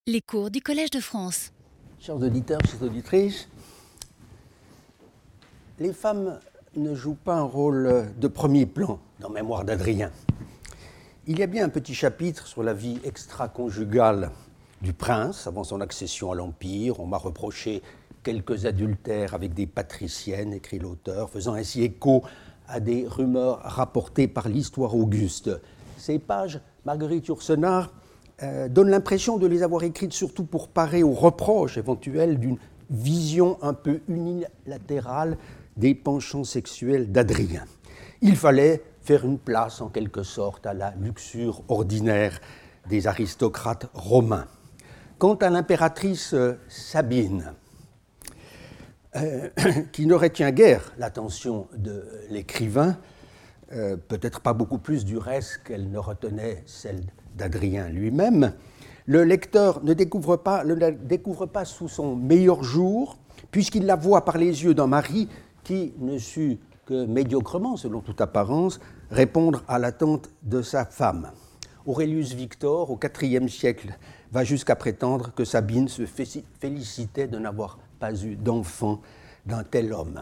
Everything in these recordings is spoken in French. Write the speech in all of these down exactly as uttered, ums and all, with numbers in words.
Les cours du Collège de France. Chers auditeurs, chères auditrices, les femmes ne jouent pas un rôle de premier plan dans Mémoire d'Adrien. Il y a bien un petit chapitre sur la vie extra-conjugale du prince avant son accession à l'Empire. On m'a reproché quelques adultères avec des patriciennes, écrit l'auteur, faisant ainsi écho à des rumeurs rapportées par l'histoire auguste. Ces pages, Marguerite Yourcenar euh, donne l'impression de les avoir écrites surtout pour parer aux reproches éventuels d'une vision un peu unilatérale des penchants sexuels d'Adrien. Il fallait faire une place, en quelque sorte, à la luxure ordinaire des aristocrates romains. Quant à l'impératrice Sabine, euh, qui ne retient guère l'attention de l'écrivain, euh, peut-être pas beaucoup plus du reste qu'elle ne retenait celle d'Adrien lui-même, le lecteur ne découvre pas, ne la découvre pas sous son meilleur jour, puisqu'il la voit par les yeux d'un mari qui ne sut que médiocrement, selon toute apparence, répondre à l'attente de sa femme. Aurelius Victor, au quatrième siècle, va jusqu'à prétendre que Sabine se félicitait de n'avoir pas eu d'enfant d'un tel homme.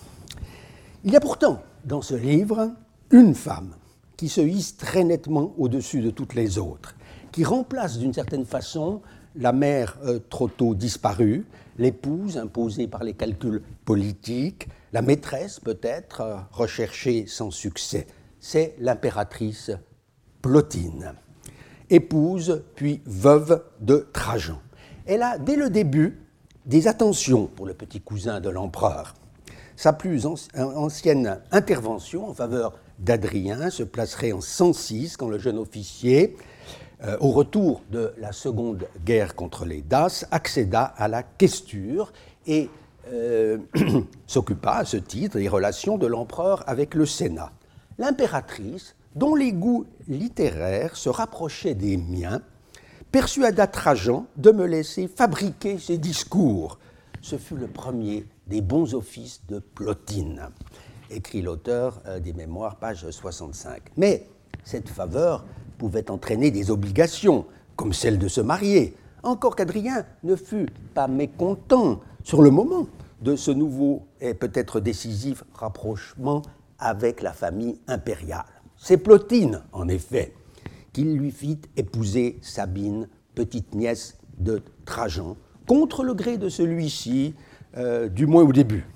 Il y a pourtant, dans ce livre, une femme qui se hisse très nettement au-dessus de toutes les autres, qui remplace d'une certaine façon la mère euh, trop tôt disparue, l'épouse imposée par les calculs politiques, la maîtresse peut-être euh, recherchée sans succès. C'est l'impératrice Plotine, épouse puis veuve de Trajan. Elle a dès le début des attentions pour le petit cousin de l'empereur. Sa plus ancienne intervention en faveur d'Adrien se placerait en cent six, quand le jeune officier, euh, au retour de la seconde guerre contre les Daces, accéda à la questure et euh, s'occupa à ce titre des relations de l'empereur avec le Sénat. L'impératrice, dont les goûts littéraires se rapprochaient des miens, persuada Trajan de me laisser fabriquer ses discours. Ce fut le premier des bons offices de Plotine, écrit l'auteur des Mémoires, page soixante-cinq. Mais cette faveur pouvait entraîner des obligations, comme celle de se marier, encore qu'Adrien ne fût pas mécontent sur le moment de ce nouveau et peut-être décisif rapprochement avec la famille impériale. C'est Plotine, en effet, qui lui fit épouser Sabine, petite nièce de Trajan, contre le gré de celui-ci, euh, du moins au début.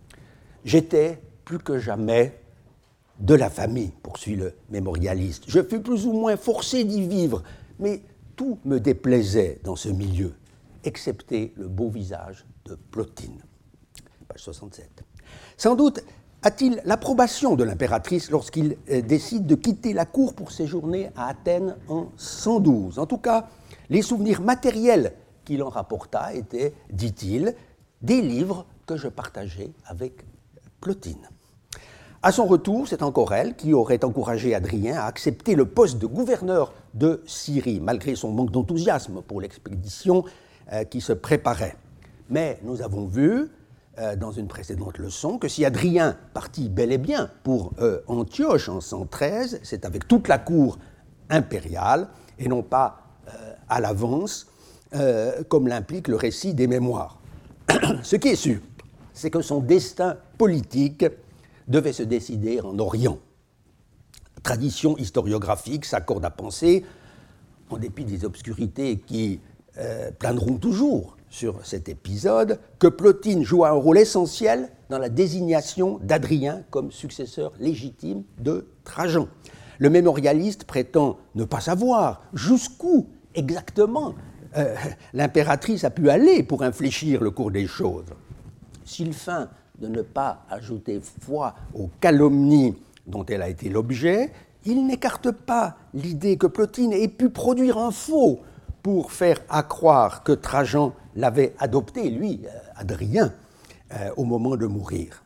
J'étais plus que jamais de la famille, poursuit le mémorialiste. Je fus plus ou moins forcé d'y vivre, mais tout me déplaisait dans ce milieu, excepté le beau visage de Plotine. Page soixante-sept. Sans doute a-t-il l'approbation de l'impératrice lorsqu'il euh, décide de quitter la cour pour séjourner à Athènes en cent douze. En tout cas, les souvenirs matériels qu'il en rapporta étaient, dit-il, des livres que je partageais avec Plotine. À son retour, c'est encore elle qui aurait encouragé Adrien à accepter le poste de gouverneur de Syrie, malgré son manque d'enthousiasme pour l'expédition euh, qui se préparait. Mais nous avons vu, euh, dans une précédente leçon, que si Adrien partit bel et bien pour euh, Antioche en cent treize, c'est avec toute la cour impériale, et non pas euh, à l'avance, euh, comme l'implique le récit des Mémoires. Ce qui est sûr, c'est que son destin politique devait se décider en Orient. La tradition historiographique s'accorde à penser, en dépit des obscurités qui euh, planeront toujours sur cet épisode, que Plotine joua un rôle essentiel dans la désignation d'Adrien comme successeur légitime de Trajan. Le mémorialiste prétend ne pas savoir jusqu'où exactement euh, l'impératrice a pu aller pour infléchir le cours des choses. S'il feint de ne pas ajouter foi aux calomnies dont elle a été l'objet, il n'écarte pas l'idée que Plotine ait pu produire un faux pour faire accroire que Trajan l'avait adopté, lui, Adrien, euh, au moment de mourir.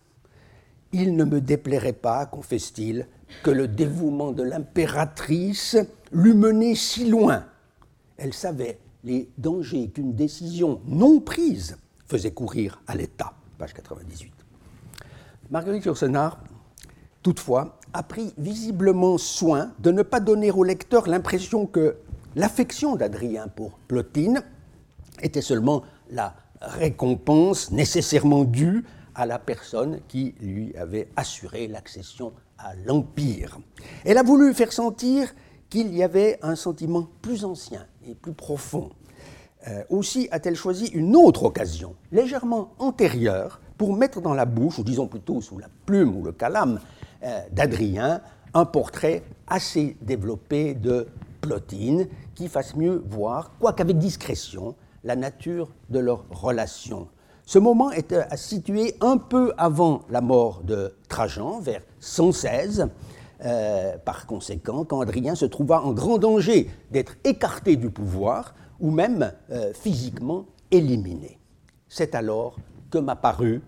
Il ne me déplairait pas, confesse-t-il, que le dévouement de l'impératrice l'eût mené si loin. Elle savait les dangers qu'une décision non prise faisait courir à l'État. Page quatre-vingt-dix-huit. Marguerite Yourcenar, toutefois, a pris visiblement soin de ne pas donner au lecteur l'impression que l'affection d'Adrien pour Plotine était seulement la récompense nécessairement due à la personne qui lui avait assuré l'accession à l'Empire. Elle a voulu faire sentir qu'il y avait un sentiment plus ancien et plus profond. Euh, aussi a-t-elle choisi une autre occasion, légèrement antérieure, pour mettre dans la bouche, ou disons plutôt sous la plume ou le calame euh, d'Adrien, un portrait assez développé de Plotine qui fasse mieux voir, quoique avec discrétion, la nature de leur relation. Ce moment est euh, situé un peu avant la mort de Trajan, vers cent seize, euh, par conséquent, quand Adrien se trouva en grand danger d'être écarté du pouvoir ou même euh, physiquement éliminé. C'est alors que m'apparut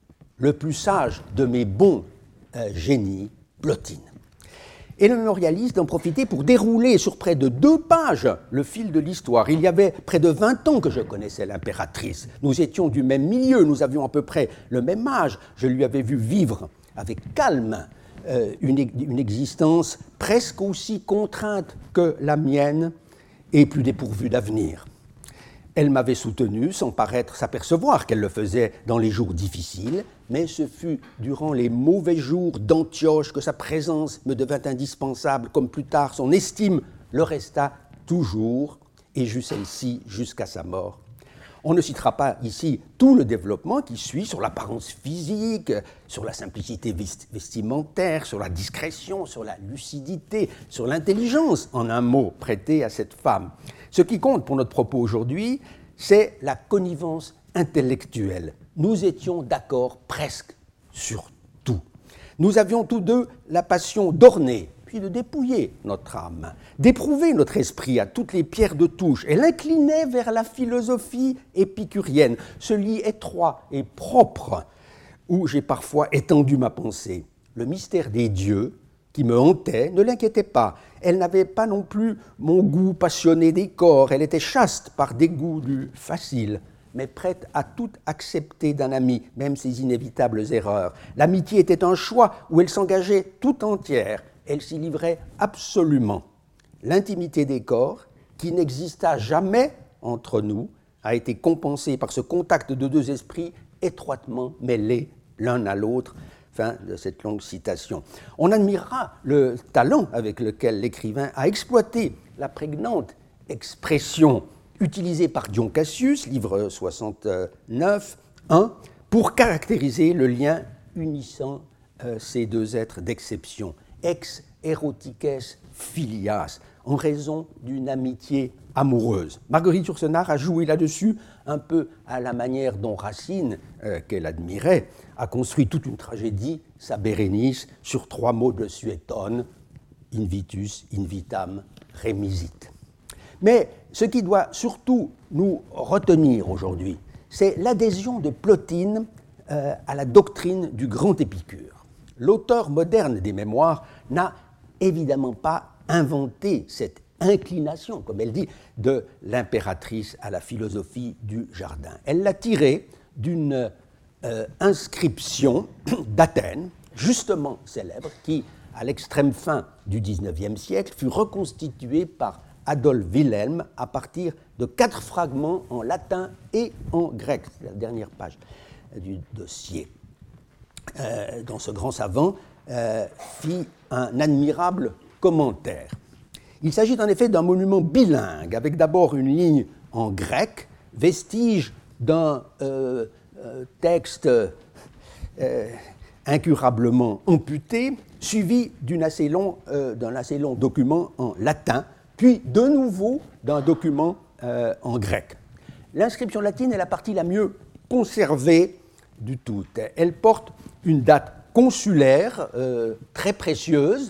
le plus sage de mes bons euh, génies, Plotine. Et le mémorialiste d'en profiter pour dérouler sur près de deux pages le fil de l'histoire. Il y avait près de vingt ans que je connaissais l'impératrice. Nous étions du même milieu, nous avions à peu près le même âge. Je lui avais vu vivre avec calme euh, une, une existence presque aussi contrainte que la mienne et plus dépourvue d'avenir. Elle m'avait soutenu sans paraître s'apercevoir qu'elle le faisait dans les jours difficiles, mais ce fut durant les mauvais jours d'Antioche que sa présence me devint indispensable, comme plus tard son estime le resta toujours, et j'eus celle-ci jusqu'à sa mort. On ne citera pas ici tout le développement qui suit sur l'apparence physique, sur la simplicité vestimentaire, sur la discrétion, sur la lucidité, sur l'intelligence, en un mot, prêtée à cette femme. Ce qui compte pour notre propos aujourd'hui, c'est la connivence intellectuelle. Nous étions d'accord presque sur tout. Nous avions tous deux la passion d'orner, puis de dépouiller notre âme, d'éprouver notre esprit à toutes les pierres de touche. Elle inclinait vers la philosophie épicurienne, ce lit étroit et propre où j'ai parfois étendu ma pensée. Le mystère des dieux qui me hantait ne l'inquiétait pas. Elle n'avait pas non plus mon goût passionné des corps. Elle était chaste par dégoût du facile, mais prête à tout accepter d'un ami, même ses inévitables erreurs. L'amitié était un choix où elle s'engageait tout entière. Elle s'y livrait absolument. L'intimité des corps, qui n'exista jamais entre nous, a été compensée par ce contact de deux esprits étroitement mêlés l'un à l'autre. Fin de cette longue citation. On admirera le talent avec lequel l'écrivain a exploité la prégnante expression utilisée par Dion Cassius, livre soixante-neuf, un, pour caractériser le lien unissant euh, ces deux êtres d'exception. Ex erotiques filias, en raison d'une amitié amoureuse. Marguerite Yourcenar a joué là-dessus un peu à la manière dont Racine, euh, qu'elle admirait, a construit toute une tragédie, sa Bérénice, sur trois mots de Suétone, invitus, invitam, remisit. Mais ce qui doit surtout nous retenir aujourd'hui, c'est l'adhésion de Plotine euh, à la doctrine du grand Épicure. L'auteur moderne des Mémoires n'a évidemment pas inventé cette inclination, comme elle dit, de l'impératrice à la philosophie du jardin. Elle l'a tirée d'une euh, inscription d'Athènes, justement célèbre, qui, à l'extrême fin du dix-neuvième siècle, fut reconstituée par Adolphe Wilhelm à partir de quatre fragments en latin et en grec. C'est la dernière page du dossier. Euh, dont ce grand savant euh, fit un admirable commentaire. Il s'agit en effet d'un monument bilingue, avec d'abord une ligne en grec, vestige d'un euh, euh, texte euh, incurablement amputé, suivi d'une assez long, euh, d'un assez long document en latin, puis de nouveau d'un document euh, en grec. L'inscription latine est la partie la mieux conservée du tout. Elle porte une date consulaire euh, très précieuse,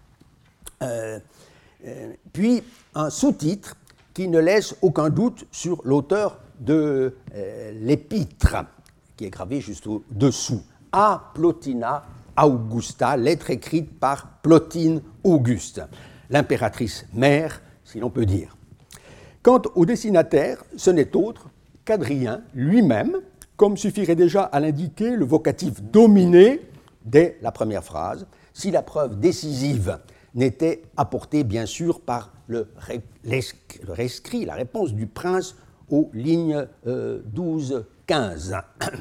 euh, euh, puis un sous-titre qui ne laisse aucun doute sur l'auteur de euh, l'épître, qui est gravé juste au-dessous. A Plotina Augusta, lettre écrite par Plotine Auguste, l'impératrice mère, si l'on peut dire. Quant au destinataire, ce n'est autre qu'Adrien lui-même, comme suffirait déjà à l'indiquer le vocatif dominé dès la première phrase, si la preuve décisive n'était apportée bien sûr par le rescrit, la réponse du prince aux lignes euh, douze quinze.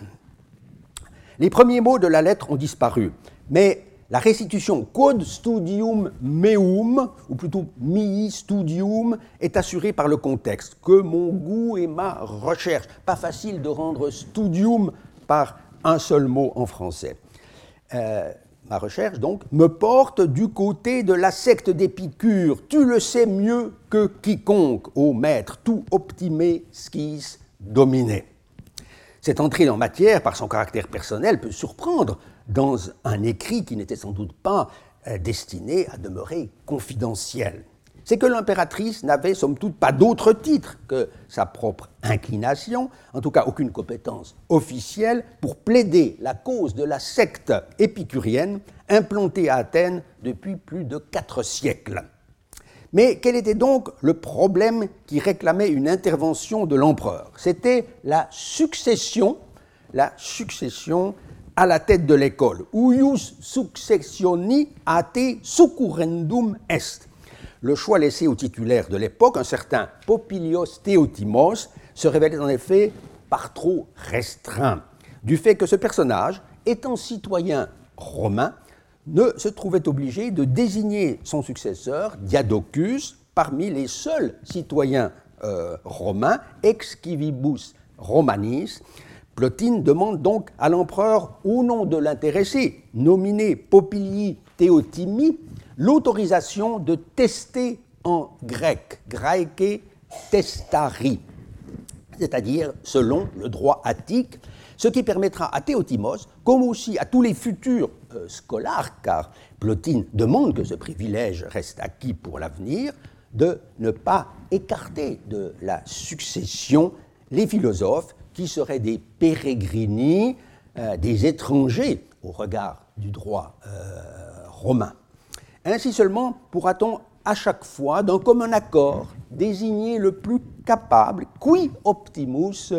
Les premiers mots de la lettre ont disparu, mais la restitution quod studium meum, ou plutôt mihi studium, est assurée par le contexte, que mon goût et ma recherche. Pas facile de rendre studium par un seul mot en français. Euh, ma recherche, donc, me porte du côté de la secte d'Épicure. Tu le sais mieux que quiconque, ô maître, tout optimé, skis, dominé. Cette entrée en matière, par son caractère personnel, peut surprendre dans un écrit qui n'était sans doute pas euh, destiné à demeurer confidentiel. C'est que l'impératrice n'avait somme toute pas d'autre titre que sa propre inclination, en tout cas aucune compétence officielle, pour plaider la cause de la secte épicurienne implantée à Athènes depuis plus de quatre siècles. Mais quel était donc le problème qui réclamait une intervention de l'empereur? C'était la succession, la succession à la tête de l'école. Uius successioni ate succurrendum est. Le choix laissé au titulaire de l'époque, un certain Popilios Théotimos, se révélait en effet par trop restreint, du fait que ce personnage, étant citoyen romain, ne se trouvait obligé de désigner son successeur, Diadochus, parmi les seuls citoyens euh, romains, ex civibus Romanis. Plotine demande donc à l'empereur, au nom de l'intéressé, nominé Popilii Théotimi, l'autorisation de tester en grec, graeke testari, c'est-à-dire selon le droit attique, ce qui permettra à Théotimos, comme aussi à tous les futurs euh, scolaires, car Plotine demande que ce privilège reste acquis pour l'avenir, de ne pas écarter de la succession les philosophes qui seraient des peregrini, euh, des étrangers au regard du droit euh, romain. Ainsi seulement pourra-t-on à chaque fois, d'un commun accord, désigner le plus capable, qui optimus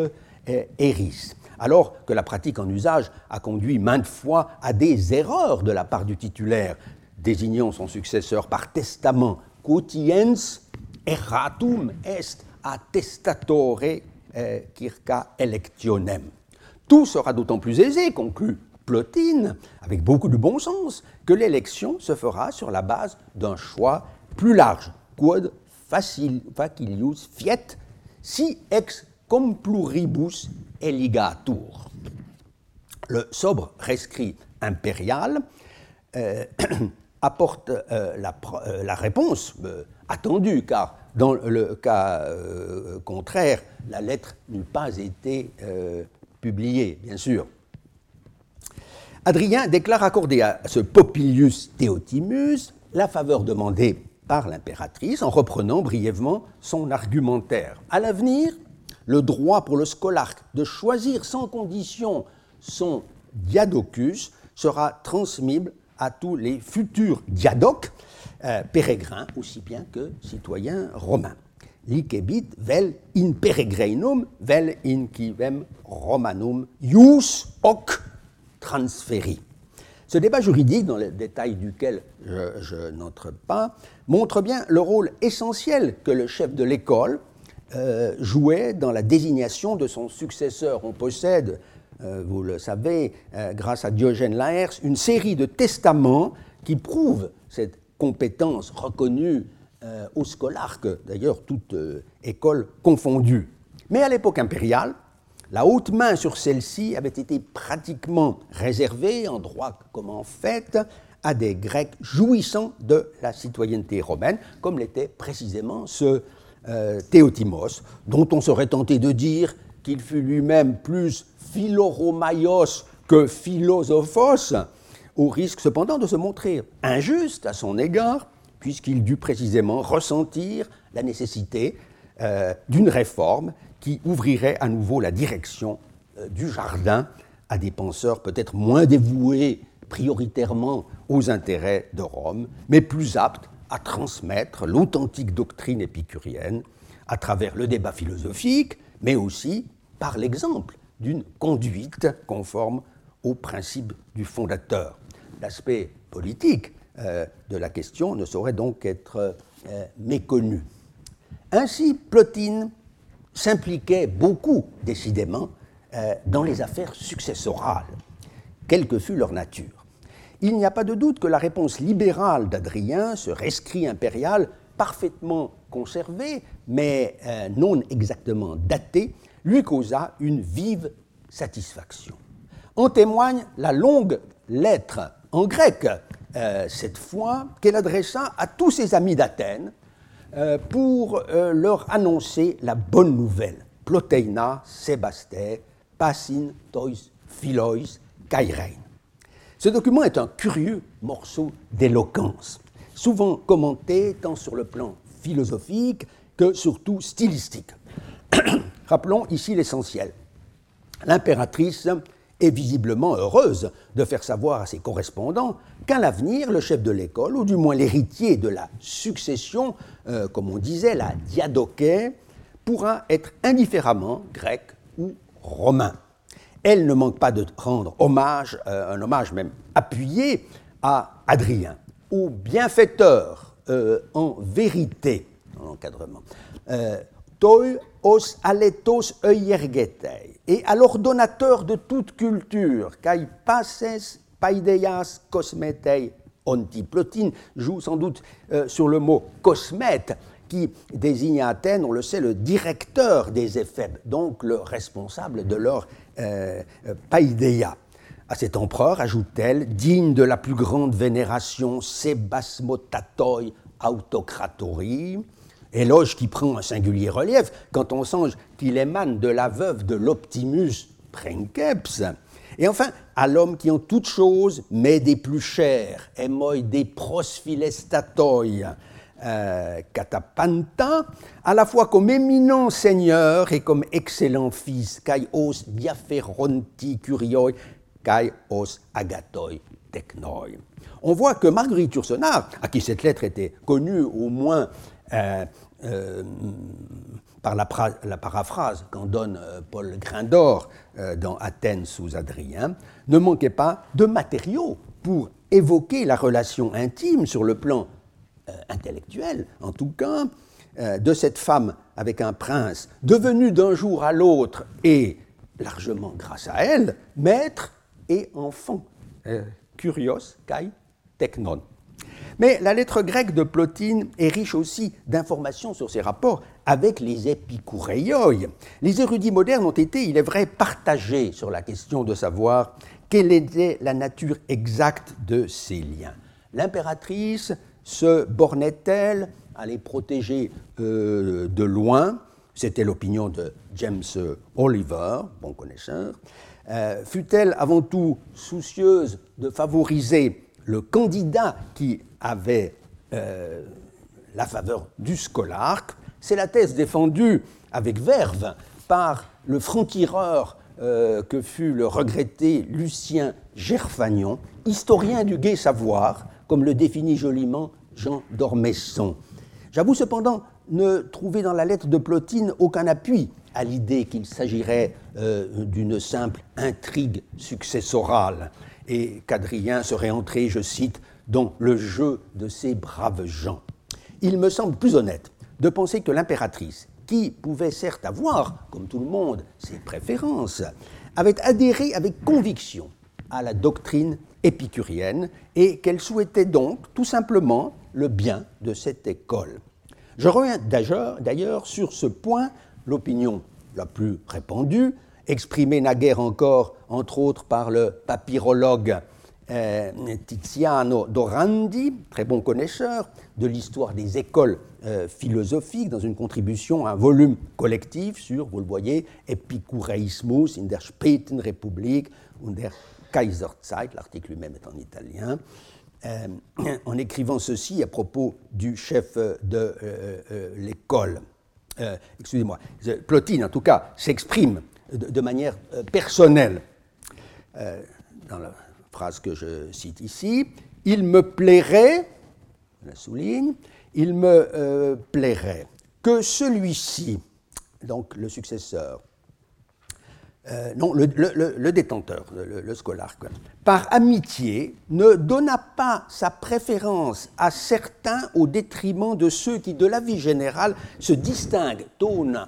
eris, alors que la pratique en usage a conduit maintes fois à des erreurs de la part du titulaire, désignant son successeur par testament, quotiens erratum est attestatore circa electionem. Tout sera d'autant plus aisé, conclut Plotine, avec beaucoup de bon sens, que l'élection se fera sur la base d'un choix plus large, quod facilius fiet, si ex compluribus eligatur. Le sobre rescrit impérial euh, apporte euh, la, euh, la réponse euh, attendue, car dans le cas euh, contraire, la lettre n'eût pas été euh, publiée, bien sûr. Adrien déclare accorder à ce Popilius Théotimus la faveur demandée par l'impératrice en reprenant brièvement son argumentaire. À l'avenir, le droit pour le scolarque de choisir sans condition son diadochus sera transmissible à tous les futurs diadoques, euh, pérégrins aussi bien que citoyens romains. Licebit vel in peregrinum vel in civem romanum ius hoc transferi. Ce débat juridique, dans les détails duquel je, je n'entre pas, montre bien le rôle essentiel que le chef de l'école euh, jouait dans la désignation de son successeur. On possède, euh, vous le savez, euh, grâce à Diogène Laërce, une série de testaments qui prouvent cette compétence reconnue euh, au scolarque, d'ailleurs toute euh, école confondue. Mais à l'époque impériale, la haute main sur celle-ci avait été pratiquement réservée, en droit comme en fait, à des Grecs jouissant de la citoyenneté romaine, comme l'était précisément ce euh, Théotimos, dont on serait tenté de dire qu'il fut lui-même plus philoromaios que philosophos, au risque cependant de se montrer injuste à son égard, puisqu'il dut précisément ressentir la nécessité euh, d'une réforme qui ouvrirait à nouveau la direction euh, du jardin à des penseurs peut-être moins dévoués prioritairement aux intérêts de Rome, mais plus aptes à transmettre l'authentique doctrine épicurienne à travers le débat philosophique, mais aussi par l'exemple d'une conduite conforme aux principes du fondateur. L'aspect politique euh, de la question ne saurait donc être euh, méconnu. Ainsi, Plotine s'impliquaient beaucoup, décidément, euh, dans les affaires successorales, quelle que fût leur nature. Il n'y a pas de doute que la réponse libérale d'Adrien, ce rescrit impérial parfaitement conservé, mais euh, non exactement daté, lui causa une vive satisfaction. En témoigne la longue lettre en grec, euh, cette fois, qu'elle adressa à tous ses amis d'Athènes euh, pour euh, leur annoncer la bonne nouvelle. Ploteina, Sébaste, Passin, Tois, Philois, Kairein. Ce document est un curieux morceau d'éloquence, souvent commenté tant sur le plan philosophique que surtout stylistique. Rappelons ici l'essentiel. L'impératrice est visiblement heureuse de faire savoir à ses correspondants qu'à l'avenir, le chef de l'école, ou du moins l'héritier de la succession, euh, comme on disait, la diadoké, pourra être indifféremment grec ou romain. Elle ne manque pas de rendre hommage, euh, un hommage même appuyé, à Adrien, au bienfaiteur euh, en vérité, dans l'encadrement, euh, toi os aletos euiergetei, et à l'ordonnateur de toute culture, kai passes paideias cosmetei onti. Plotine joue sans doute euh, sur le mot cosmète, qui désigne à Athènes, on le sait, le directeur des éphèbes, donc le responsable de leur euh, paideia. À cet empereur, ajoute-t-elle, digne de la plus grande vénération, sebasmotatoi autocratori, éloge qui prend un singulier relief quand on songe qu'il émane de la veuve de l'Optimus Princeps. Et enfin, à l'homme qui en toute chose met des plus chers, emoi des prosphilestatoi, euh, catapanta, à la fois comme éminent seigneur et comme excellent fils, kai os diaferonti curioi, kai os agathoi technoi. On voit que Marguerite Yourcenar, à qui cette lettre était connue au moins euh, euh, par la, pra- la paraphrase qu'en donne euh, Paul Grindor euh, dans Athènes sous Adrien, ne manquait pas de matériaux pour évoquer la relation intime sur le plan euh, intellectuel, en tout cas, euh, de cette femme avec un prince, devenu d'un jour à l'autre, et largement grâce à elle, maître et enfant. Euh, Curios kai technon. Mais la lettre grecque de Plotine est riche aussi d'informations sur ses rapports avec les épicoureioi. Les érudits modernes ont été, il est vrai, partagés sur la question de savoir quelle était la nature exacte de ces liens. L'impératrice se bornait-elle à les protéger euh, de loin? C'était l'opinion de James Oliver, bon connaisseur. Euh, fut-elle avant tout soucieuse de favoriser le candidat qui avait euh, la faveur du scolarque? C'est la thèse défendue avec verve par le franc-tireur euh, que fut le regretté Lucien Gerfagnon, historien du gai savoir, comme le définit joliment Jean d'Ormesson. J'avoue cependant ne trouver dans la lettre de Plotine aucun appui à l'idée qu'il s'agirait euh, d'une simple intrigue successorale et qu'Adrien serait entré, je cite, dans le jeu de ces braves gens. Il me semble plus honnête de penser que l'impératrice, qui pouvait certes avoir, comme tout le monde, ses préférences, avait adhéré avec conviction à la doctrine épicurienne et qu'elle souhaitait donc tout simplement le bien de cette école. Je reviens d'ailleurs sur ce point, l'opinion la plus répandue, exprimée naguère encore, entre autres, par le papyrologue euh, Tiziano Dorandi, très bon connaisseur de l'histoire des écoles euh, philosophiques, dans une contribution à un volume collectif sur, vous le voyez, Epikureismus in der späten Republik und der Kaiserzeit, l'article lui-même est en italien, euh, en écrivant ceci à propos du chef de euh, euh, l'école. Euh, excusez-moi, Plotine, en tout cas, s'exprime de, de manière euh, personnelle. Euh, dans la phrase que je cite ici, « Il me plairait, je la souligne, il me euh, plairait que celui-ci, donc le successeur, euh, non, le, le, le détenteur, le, le scolarque, par amitié, ne donnât pas sa préférence à certains au détriment de ceux qui, de la vie générale, se distinguent ton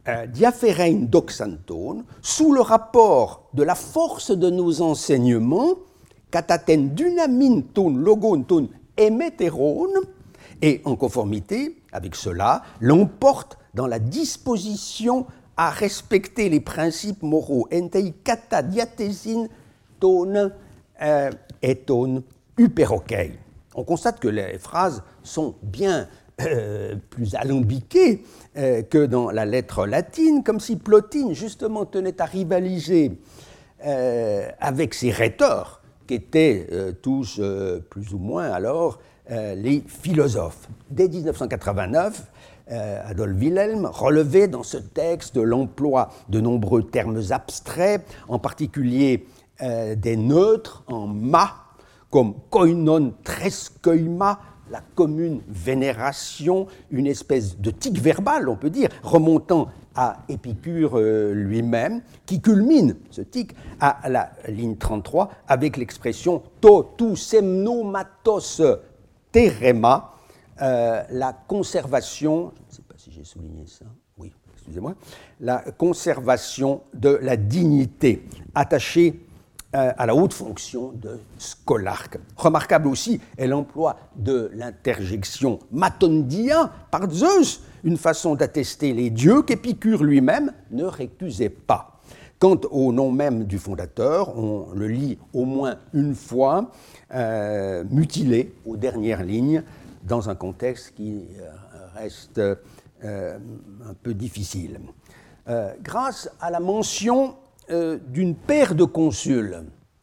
euh, diaphérein doxantone, sous le rapport de la force de nos enseignements, cataten dynamine tone logone tone hémétérone, et en conformité avec cela, l'emporte dans la disposition à respecter les principes moraux entei kata diathésine tone euh, et tone hyperokei. On constate que les phrases sont bien euh, plus alambiquées euh, que dans la lettre latine, comme si Plotine justement tenait à rivaliser euh, avec ses rhéteurs, qui étaient euh, tous euh, plus ou moins alors euh, les philosophes. Dès dix-neuf cent quatre-vingt-neuf, euh, Adolphe Wilhelm relevait dans ce texte l'emploi de nombreux termes abstraits, en particulier euh, des neutres en ma, comme koinon treskeuma, la commune vénération, une espèce de tic verbal, on peut dire, remontant à Épicure euh, lui-même, qui culmine, ce tic, à la ligne trente-trois, avec l'expression to tu semnomatos terema, euh, la conservation, je ne sais pas si j'ai souligné ça, oui, excusez-moi, la conservation de la dignité attachée à la haute fonction de scolarque. Remarquable aussi est l'emploi de l'interjection matondia par Zeus, une façon d'attester les dieux qu'Épicure lui-même ne récusait pas. Quant au nom même du fondateur, on le lit au moins une fois, euh, mutilé aux dernières lignes, dans un contexte qui reste euh, un peu difficile. Euh, grâce à la mention Euh, d'une paire de consuls.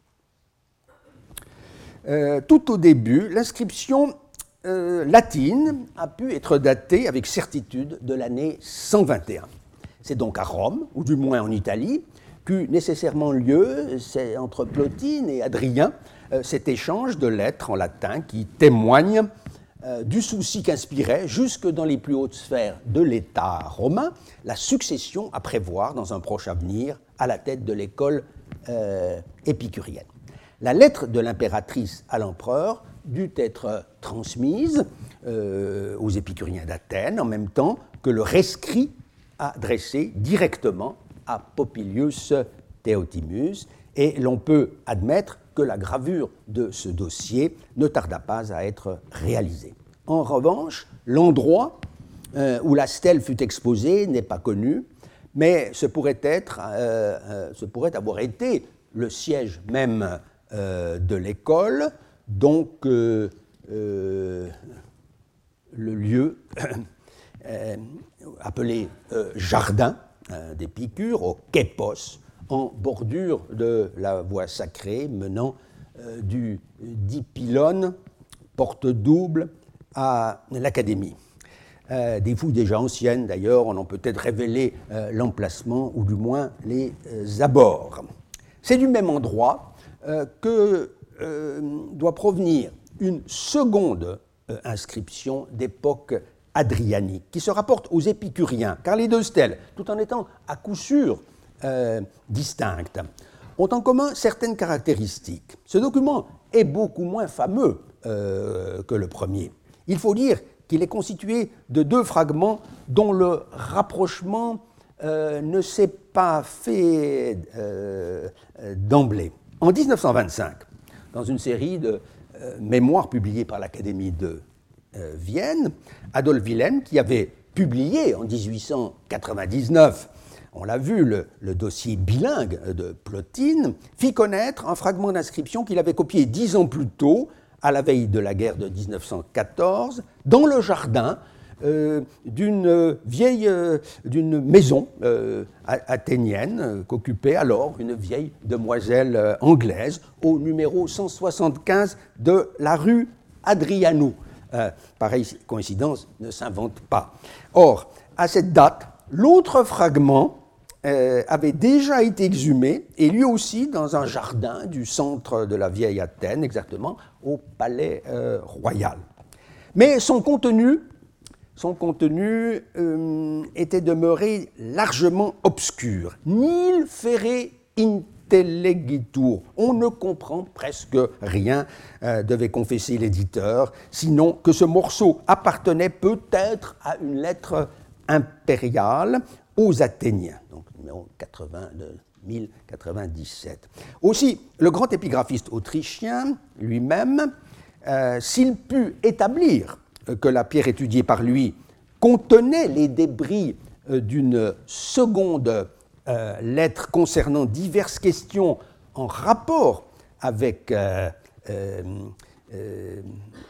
Euh, tout au début, l'inscription euh, latine a pu être datée avec certitude de l'année cent vingt et un. C'est donc à Rome, ou du moins en Italie, qu'eut nécessairement lieu, c'est entre Plotine et Adrien, euh, cet échange de lettres en latin qui témoigne Euh, du souci qu'inspirait, jusque dans les plus hautes sphères de l'État romain, la succession à prévoir dans un proche avenir à la tête de l'école euh, épicurienne. La lettre de l'impératrice à l'empereur dut être transmise euh, aux épicuriens d'Athènes en même temps que le rescrit adressé directement à Popilius Théotimus, et l'on peut admettre que la gravure de ce dossier ne tarda pas à être réalisée. En revanche, l'endroit euh, où la stèle fut exposée n'est pas connu, mais ce pourrait, être, euh, euh, ce pourrait avoir été le siège même euh, de l'école, donc euh, euh, le lieu euh, appelé euh, jardin euh, d'Épicure, au Képos, en bordure de la voie sacrée menant euh, du dit pylône, porte double, à l'Académie. Euh, des fouilles déjà anciennes, d'ailleurs, on en peut peut-être révéler euh, l'emplacement ou du moins les euh, abords. C'est du même endroit euh, que euh, doit provenir une seconde euh, inscription d'époque adrianique qui se rapporte aux épicuriens, car les deux stèles, tout en étant à coup sûr euh, distinctes, ont en commun certaines caractéristiques. Ce document est beaucoup moins fameux euh, que le premier. Il faut dire qu'il est constitué de deux fragments dont le rapprochement euh, ne s'est pas fait euh, d'emblée. En dix-neuf cent vingt-cinq, dans une série de euh, mémoires publiées par l'Académie de euh, Vienne, Adolphe Wilhelm, qui avait publié en dix-huit cent quatre-vingt-dix-neuf, on l'a vu, le, le dossier bilingue de Plotine, fit connaître un fragment d'inscription qu'il avait copié dix ans plus tôt, à la veille de la guerre de dix-neuf cent quatorze, dans le jardin euh, d'une vieille, euh, d'une maison euh, athénienne euh, qu'occupait alors une vieille demoiselle euh, anglaise au numéro cent soixante-quinze de la rue Adrianou. Euh, pareille coïncidence ne s'invente pas. Or, à cette date, l'autre fragment Euh, avait déjà été exhumé, et lui aussi dans un jardin du centre de la vieille Athènes, exactement au palais euh, royal. Mais son contenu, son contenu euh, était demeuré largement obscur. Nil fere intellegitur. On ne comprend presque rien, euh, devait confesser l'éditeur, sinon que ce morceau appartenait peut-être à une lettre impériale, aux Athéniens, donc numéro quatre-vingts de mille quatre-vingt-dix-sept. Aussi, le grand épigraphiste autrichien lui-même, euh, s'il put établir que la pierre étudiée par lui contenait les débris euh, d'une seconde euh, lettre concernant diverses questions en rapport avec euh, euh, euh,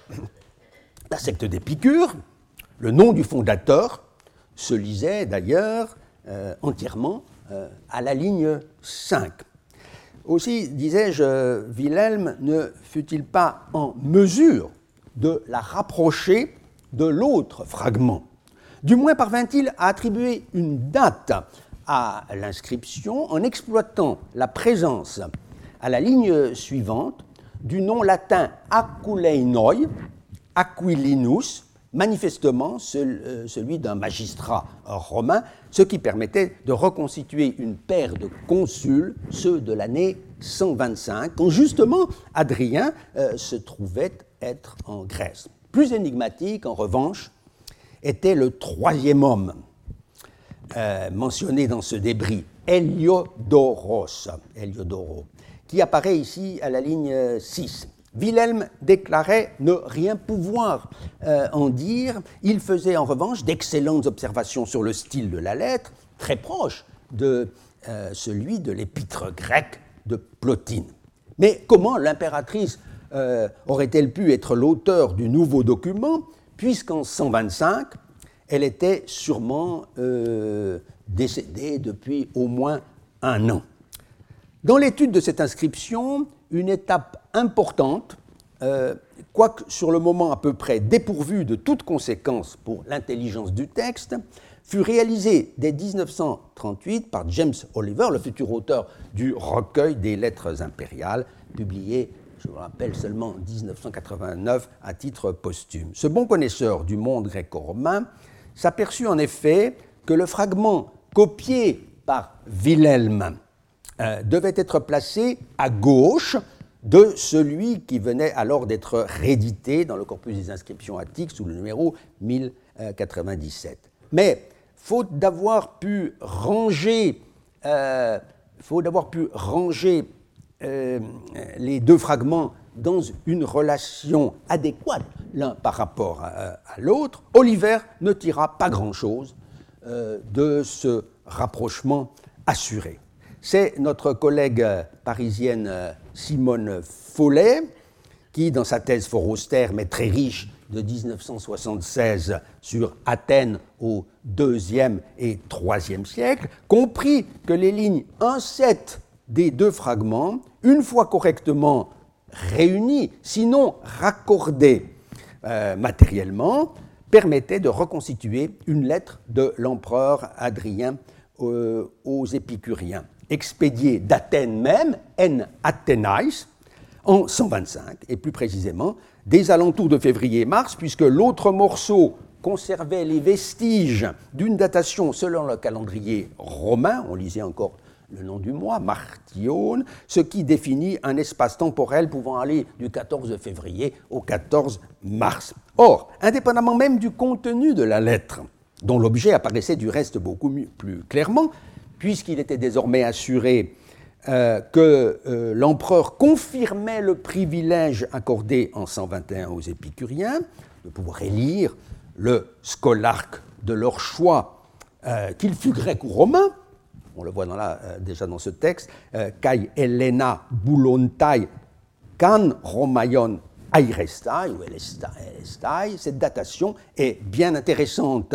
la secte d'Épicure, le nom du fondateur se lisait d'ailleurs euh, entièrement euh, à la ligne cinq. Aussi, disais-je, Wilhelm ne fut-il pas en mesure de la rapprocher de l'autre fragment? Du moins parvint-il à attribuer une date à l'inscription en exploitant la présence à la ligne suivante du nom latin Aculeinoi, Aquilinus, manifestement celui d'un magistrat romain, ce qui permettait de reconstituer une paire de consuls, ceux de l'année cent vingt-cinq, quand justement Adrien euh, se trouvait être en Grèce. Plus énigmatique, en revanche, était le troisième homme euh, mentionné dans ce débris, Héliodoros, Héliodoro, qui apparaît ici à la ligne six. Wilhelm déclarait ne rien pouvoir euh, en dire. Il faisait en revanche d'excellentes observations sur le style de la lettre, très proche de euh, celui de l'épître grecque de Plotine. Mais comment l'impératrice euh, aurait-elle pu être l'auteur du nouveau document, puisqu'en cent vingt-cinq, elle était sûrement euh, décédée depuis au moins un an? Dans l'étude de cette inscription, une étape importante, euh, quoique sur le moment à peu près dépourvue de toute conséquence pour l'intelligence du texte, fut réalisée dès dix-neuf cent trente-huit par James Oliver, le futur auteur du recueil des lettres impériales, publié, je vous rappelle, seulement en dix-neuf cent quatre-vingt-neuf à titre posthume. Ce bon connaisseur du monde gréco-romain s'aperçut en effet que le fragment copié par Wilhelm Euh, devait être placé à gauche de celui qui venait alors d'être réédité dans le corpus des inscriptions attiques sous le numéro mille quatre-vingt-dix-sept. Mais faute d'avoir pu ranger, euh, faute d'avoir pu ranger euh, les deux fragments dans une relation adéquate l'un par rapport à, à l'autre, Oliver ne tira pas grand-chose euh, de ce rapprochement assuré. C'est notre collègue parisienne Simone Follet qui, dans sa thèse fort austère mais très riche de dix-neuf cent soixante-seize sur Athènes au deuxième et troisième siècle, comprit que les lignes un sept des deux fragments, une fois correctement réunies, sinon raccordées euh, matériellement, permettaient de reconstituer une lettre de l'empereur Hadrien euh, aux Épicuriens, expédié d'Athènes même, en Athénaïs, en cent vingt-cinq, et plus précisément des alentours de février et mars, puisque l'autre morceau conservait les vestiges d'une datation selon le calendrier romain, on lisait encore le nom du mois, Martione, ce qui définit un espace temporel pouvant aller du quatorze février au quatorze mars. Or, indépendamment même du contenu de la lettre, dont l'objet apparaissait du reste beaucoup mieux, plus clairement, puisqu'il était désormais assuré euh, que euh, l'empereur confirmait le privilège accordé en cent vingt et un aux Épicuriens de pouvoir élire le scolarque de leur choix, euh, qu'il fût grec ou romain, on le voit dans la, euh, déjà dans ce texte, euh, Kai Helena Boulontai Kan Romaion Airestai ou Elestai. Cette datation est bien intéressante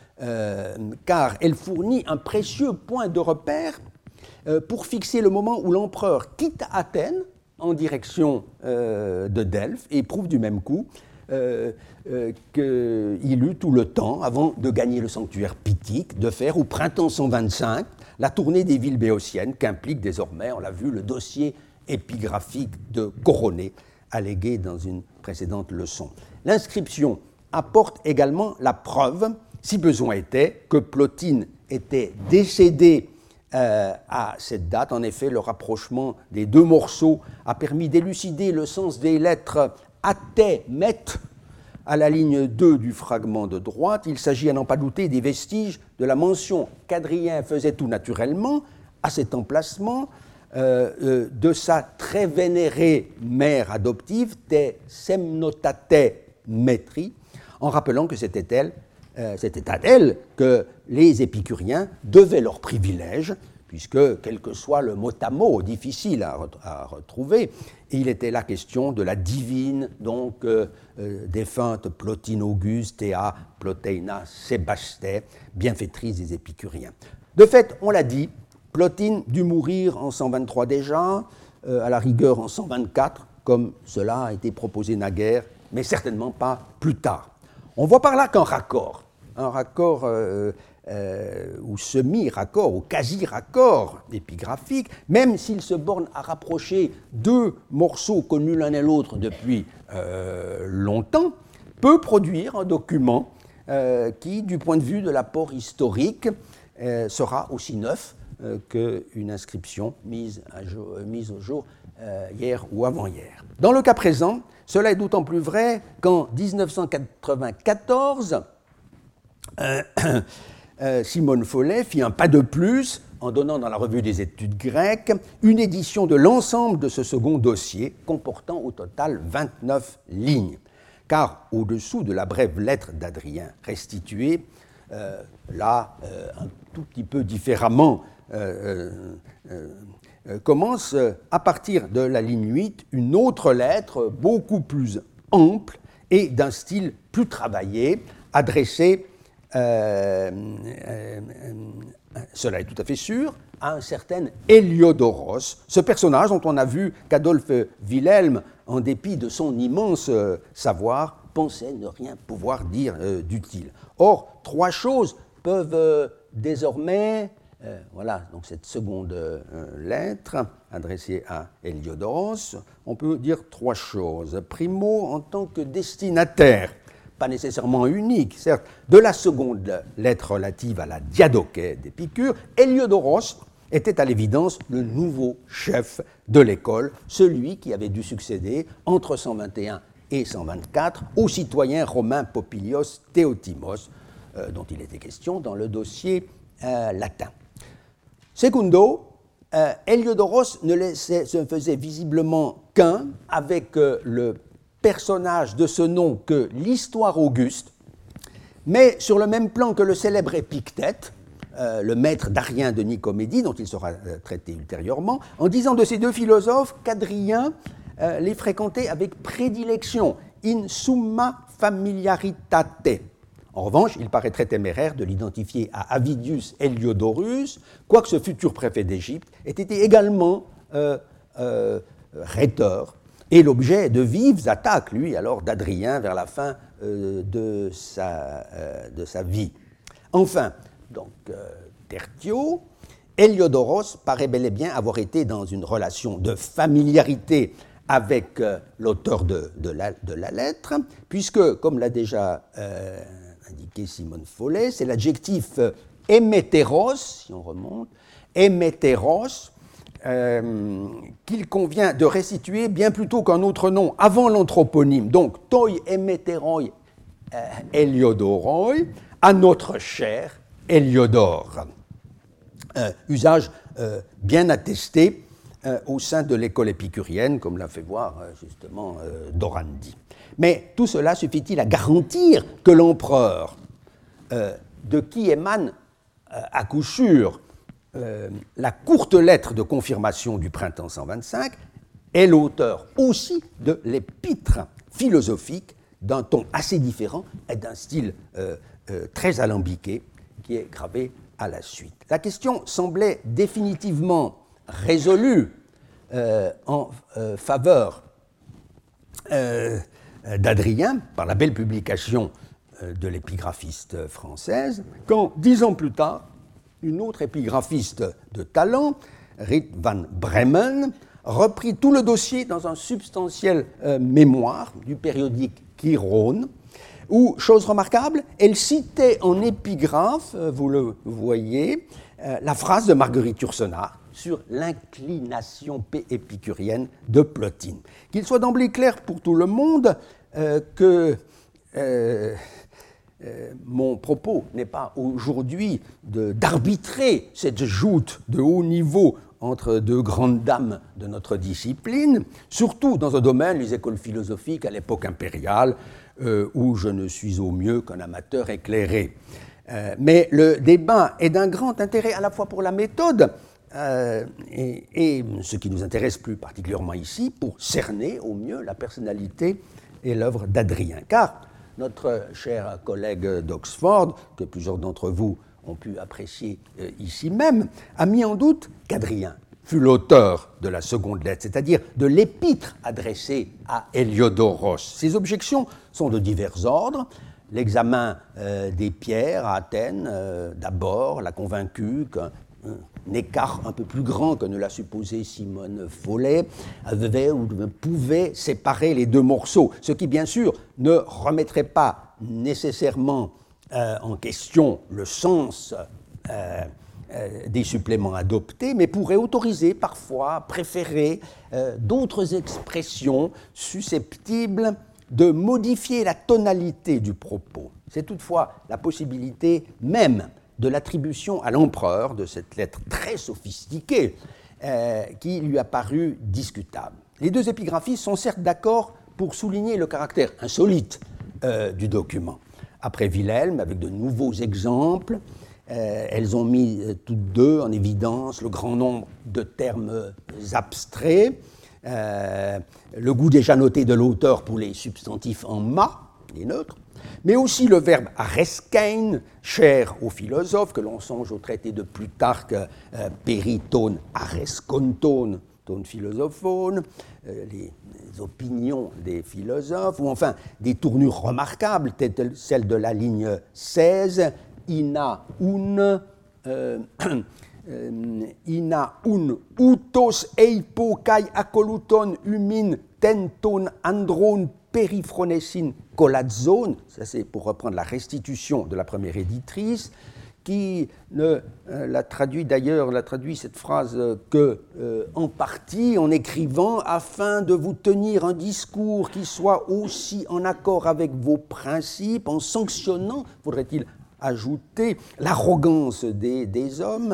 euh, car elle fournit un précieux point de repère euh, pour fixer le moment où l'empereur quitte Athènes en direction euh, de Delphes et prouve du même coup euh, euh, qu'il eut tout le temps, avant de gagner le sanctuaire pythique, de faire au printemps cent vingt-cinq la tournée des villes béotiennes qu'implique désormais, on l'a vu, le dossier épigraphique de Coroné, allégué dans une précédente leçon. L'inscription apporte également la preuve, si besoin était, que Plotine était décédé euh, à cette date. En effet, le rapprochement des deux morceaux a permis d'élucider le sens des lettres athé, met, à la ligne deux du fragment de droite, il s'agit à n'en pas douter des vestiges de la mention qu'Adrien faisait tout naturellement, à cet emplacement, euh, euh, de sa très vénérée mère adoptive, Te Semnotate Metri, en rappelant que c'était elle, euh, c'était à elle que les épicuriens devaient leur privilège, puisque, quel que soit le mot à mot difficile à, re- à retrouver, il était la question de la divine, donc euh, euh, défunte Plotine Auguste et à Ploteina Sébaste, bienfaitrice des épicuriens. De fait, on l'a dit, Plotine dut mourir en cent vingt-trois déjà, euh, à la rigueur en cent vingt-quatre, comme cela a été proposé naguère, mais certainement pas plus tard. On voit par là qu'un raccord, un raccord euh, euh, ou semi-raccord ou quasi-raccord épigraphique, même s'il se borne à rapprocher deux morceaux connus l'un et l'autre depuis euh, longtemps, peut produire un document euh, qui, du point de vue de l'apport historique, euh, sera aussi neuf euh, qu'une inscription mise, à jour, euh, mise au jour euh, hier ou avant-hier. Dans le cas présent, cela est d'autant plus vrai qu'en dix-neuf cent quatre-vingt-quatorze, euh, euh, Simone Follet fit un pas de plus en donnant dans la Revue des études grecques une édition de l'ensemble de ce second dossier, comportant au total vingt-neuf lignes. Car au-dessous de la brève lettre d'Adrien restituée, euh, là, euh, un tout petit peu différemment, euh, euh, euh, commence euh, à partir de la ligne huit une autre lettre beaucoup plus ample et d'un style plus travaillé, adressée, euh, euh, euh, cela est tout à fait sûr, à un certain Héliodoros, ce personnage dont on a vu qu'Adolphe Wilhelm, en dépit de son immense euh, savoir, pensait ne rien pouvoir dire euh, d'utile. Or, trois choses peuvent euh, désormais, euh, voilà, donc cette seconde euh, lettre adressée à Héliodoros, on peut dire trois choses. Primo, en tant que destinataire, pas nécessairement unique, certes, de la seconde lettre relative à la Diadoché d'Épicure, Héliodoros était à l'évidence le nouveau chef de l'école, celui qui avait dû succéder entre cent vingt et un et cent vingt-quatre au citoyen romain Popilios Théotimos, euh, dont il était question dans le dossier euh, latin. Secundo, euh, Héliodoros ne laissait, se faisait visiblement qu'un avec euh, le personnage de ce nom que l'histoire auguste, mais sur le même plan que le célèbre Épictète, euh, le maître d'Arien de Nicomédie, dont il sera euh, traité ultérieurement, en disant de ces deux philosophes qu'Adrien euh, les fréquentait avec prédilection, in summa familiaritate. En revanche, il paraîtrait téméraire de l'identifier à Avidius Heliodorus, quoique ce futur préfet d'Égypte ait été également euh, euh, rhéteur, et l'objet de vives attaques, lui, alors, d'Adrien vers la fin euh, de, sa, euh, de sa vie. Enfin, donc, euh, Tertio, Héliodoros paraît bel et bien avoir été dans une relation de familiarité avec euh, l'auteur de, de, la, de la lettre, puisque, comme l'a déjà euh, indiqué Simone Follet, c'est l'adjectif euh, hémétéros, si on remonte, hémétéros, Euh, qu'il convient de restituer bien plutôt qu'un autre nom avant l'anthroponyme, donc toi hémétéroi euh, Héliodoroi, à notre cher Héliodore. Euh, usage euh, bien attesté euh, au sein de l'école épicurienne, comme l'a fait voir euh, justement euh, Dorandi. Mais tout cela suffit-il à garantir que l'empereur, euh, de qui émane euh, à coup sûr Euh, la courte lettre de confirmation du printemps cent vingt-cinq, est l'auteur aussi de l'épître philosophique d'un ton assez différent et d'un style euh, euh, très alambiqué qui est gravé à la suite. La question semblait définitivement résolue euh, en euh, faveur euh, d'Adrien par la belle publication euh, de l'épigraphiste française quand, dix ans plus tard, une autre épigraphiste de talent, Rit van Bremen, reprit tout le dossier dans un substantiel euh, mémoire du périodique Chirone, où, chose remarquable, elle citait en épigraphe, euh, vous le voyez, euh, la phrase de Marguerite Yourcenar sur l'inclination épicurienne de Plotine. Qu'il soit d'emblée clair pour tout le monde euh, que euh, euh, mon propos n'est pas aujourd'hui d'arbitrer cette joute de haut niveau entre deux grandes dames de notre discipline, surtout dans un domaine, les écoles philosophiques à l'époque impériale, euh, où je ne suis au mieux qu'un amateur éclairé. Euh, mais le débat est d'un grand intérêt à la fois pour la méthode euh, et, et ce qui nous intéresse plus particulièrement ici, pour cerner au mieux la personnalité et l'œuvre d'Adrien. Car notre cher collègue d'Oxford, que plusieurs d'entre vous ont pu apprécier euh, ici même, a mis en doute qu'Adrien fut l'auteur de la seconde lettre, c'est-à-dire de l'épître adressée à Héliodoros. Ces objections sont de divers ordres. L'examen euh, des pierres à Athènes, euh, d'abord, l'a convaincu qu'un un écart un peu plus grand que ne l'a supposé Simone Follet avait ou pouvait séparer les deux morceaux, ce qui, bien sûr, ne remettrait pas nécessairement euh, en question le sens euh, euh, des suppléments adoptés, mais pourrait autoriser parfois, préférer euh, d'autres expressions susceptibles de modifier la tonalité du propos. C'est toutefois la possibilité même de l'attribution à l'empereur de cette lettre très sophistiquée euh, qui lui a paru discutable. Les deux épigraphistes sont certes d'accord pour souligner le caractère insolite euh, du document. Après Wilhelm, avec de nouveaux exemples, euh, elles ont mis euh, toutes deux en évidence le grand nombre de termes abstraits, euh, le goût déjà noté de l'auteur pour les substantifs en ma, les neutres, mais aussi le verbe areskein, cher aux philosophes, que l'on songe au traité de Plutarque, euh, péritone arescontone, tone philosophone, euh, les, les opinions des philosophes, ou enfin des tournures remarquables, telles celle de la ligne seize, ina un, euh, euh, ina un utos eipo kai akoluton humin tenton andron périphronessin coladzone, ça c'est pour reprendre la restitution de la première éditrice, qui ne euh, la traduit d'ailleurs, la traduit cette phrase euh, que euh, en partie en écrivant afin de vous tenir un discours qui soit aussi en accord avec vos principes, en sanctionnant, faudrait-il ajouter, l'arrogance des, des hommes,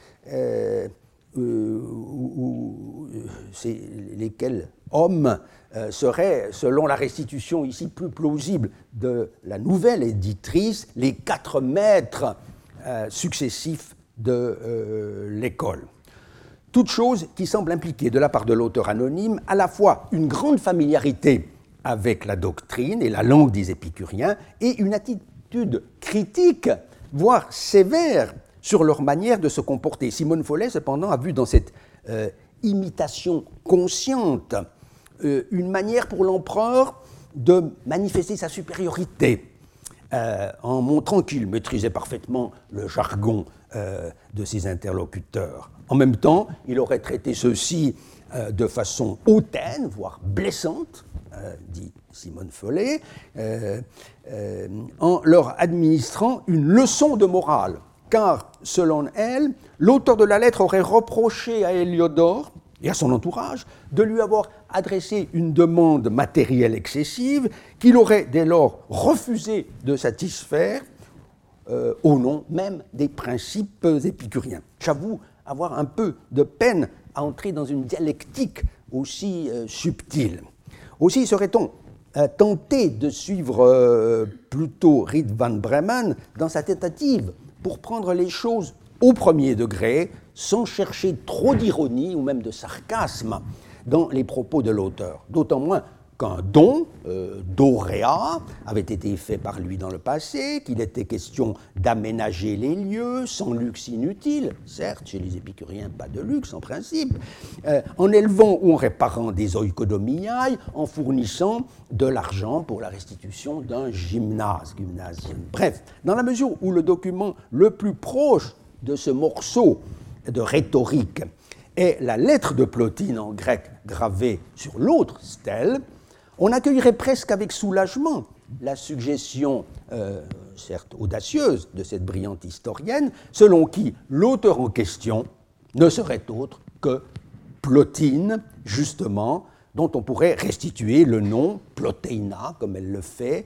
euh, euh, ou, ou, c'est lesquels hommes Euh, serait, selon la restitution ici plus plausible de la nouvelle éditrice, les quatre maîtres euh, successifs de euh, l'école. Toute chose qui semble impliquer de la part de l'auteur anonyme à la fois une grande familiarité avec la doctrine et la langue des épicuriens et une attitude critique, voire sévère, sur leur manière de se comporter. Simone Follet, cependant, a vu dans cette euh, imitation consciente Euh, une manière pour l'empereur de manifester sa supériorité euh, en montrant qu'il maîtrisait parfaitement le jargon euh, de ses interlocuteurs. En même temps, il aurait traité ceux-ci euh, de façon hautaine, voire blessante, euh, dit Simone Follet, euh, euh, en leur administrant une leçon de morale, car, selon elle, l'auteur de la lettre aurait reproché à Héliodore et à son entourage de lui avoir adressé une demande matérielle excessive qu'il aurait dès lors refusé de satisfaire euh, au nom même des principes épicuriens. J'avoue avoir un peu de peine à entrer dans une dialectique aussi euh, subtile. Aussi serait-on euh, tenté de suivre euh, plutôt Riet van Bremen dans sa tentative pour prendre les choses au premier degré, sans chercher trop d'ironie ou même de sarcasme dans les propos de l'auteur. D'autant moins qu'un don euh, d'auréat avait été fait par lui dans le passé, qu'il était question d'aménager les lieux sans luxe inutile, certes, chez les épicuriens, pas de luxe en principe, euh, en élevant ou en réparant des oikodomiae, en fournissant de l'argent pour la restitution d'un gymnase, gymnasium. Bref, dans la mesure où le document le plus proche de ce morceau de rhétorique est la lettre de Plotine en grec gravée sur l'autre stèle, on accueillerait presque avec soulagement la suggestion, euh, certes audacieuse, de cette brillante historienne, selon qui l'auteur en question ne serait autre que Plotine, justement, dont on pourrait restituer le nom, Ploteina, comme elle le fait,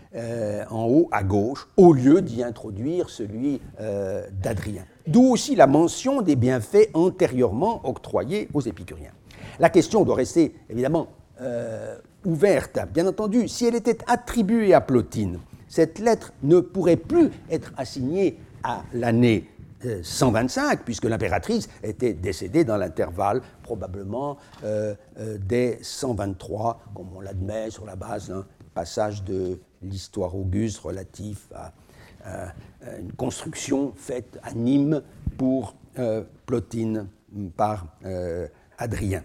euh, en haut à gauche, au lieu d'y introduire celui euh, d'Adrien. D'où aussi la mention des bienfaits antérieurement octroyés aux épicuriens. La question doit rester évidemment euh, ouverte. Bien entendu, si elle était attribuée à Plotine, cette lettre ne pourrait plus être assignée à l'année cent vingt-cinq, puisque l'impératrice était décédée dans l'intervalle, probablement euh, euh, dès cent vingt-trois, comme on l'admet sur la base d'un passage de l'histoire auguste relatif à, à, à une construction faite à Nîmes pour euh, Plotine par euh, Adrien.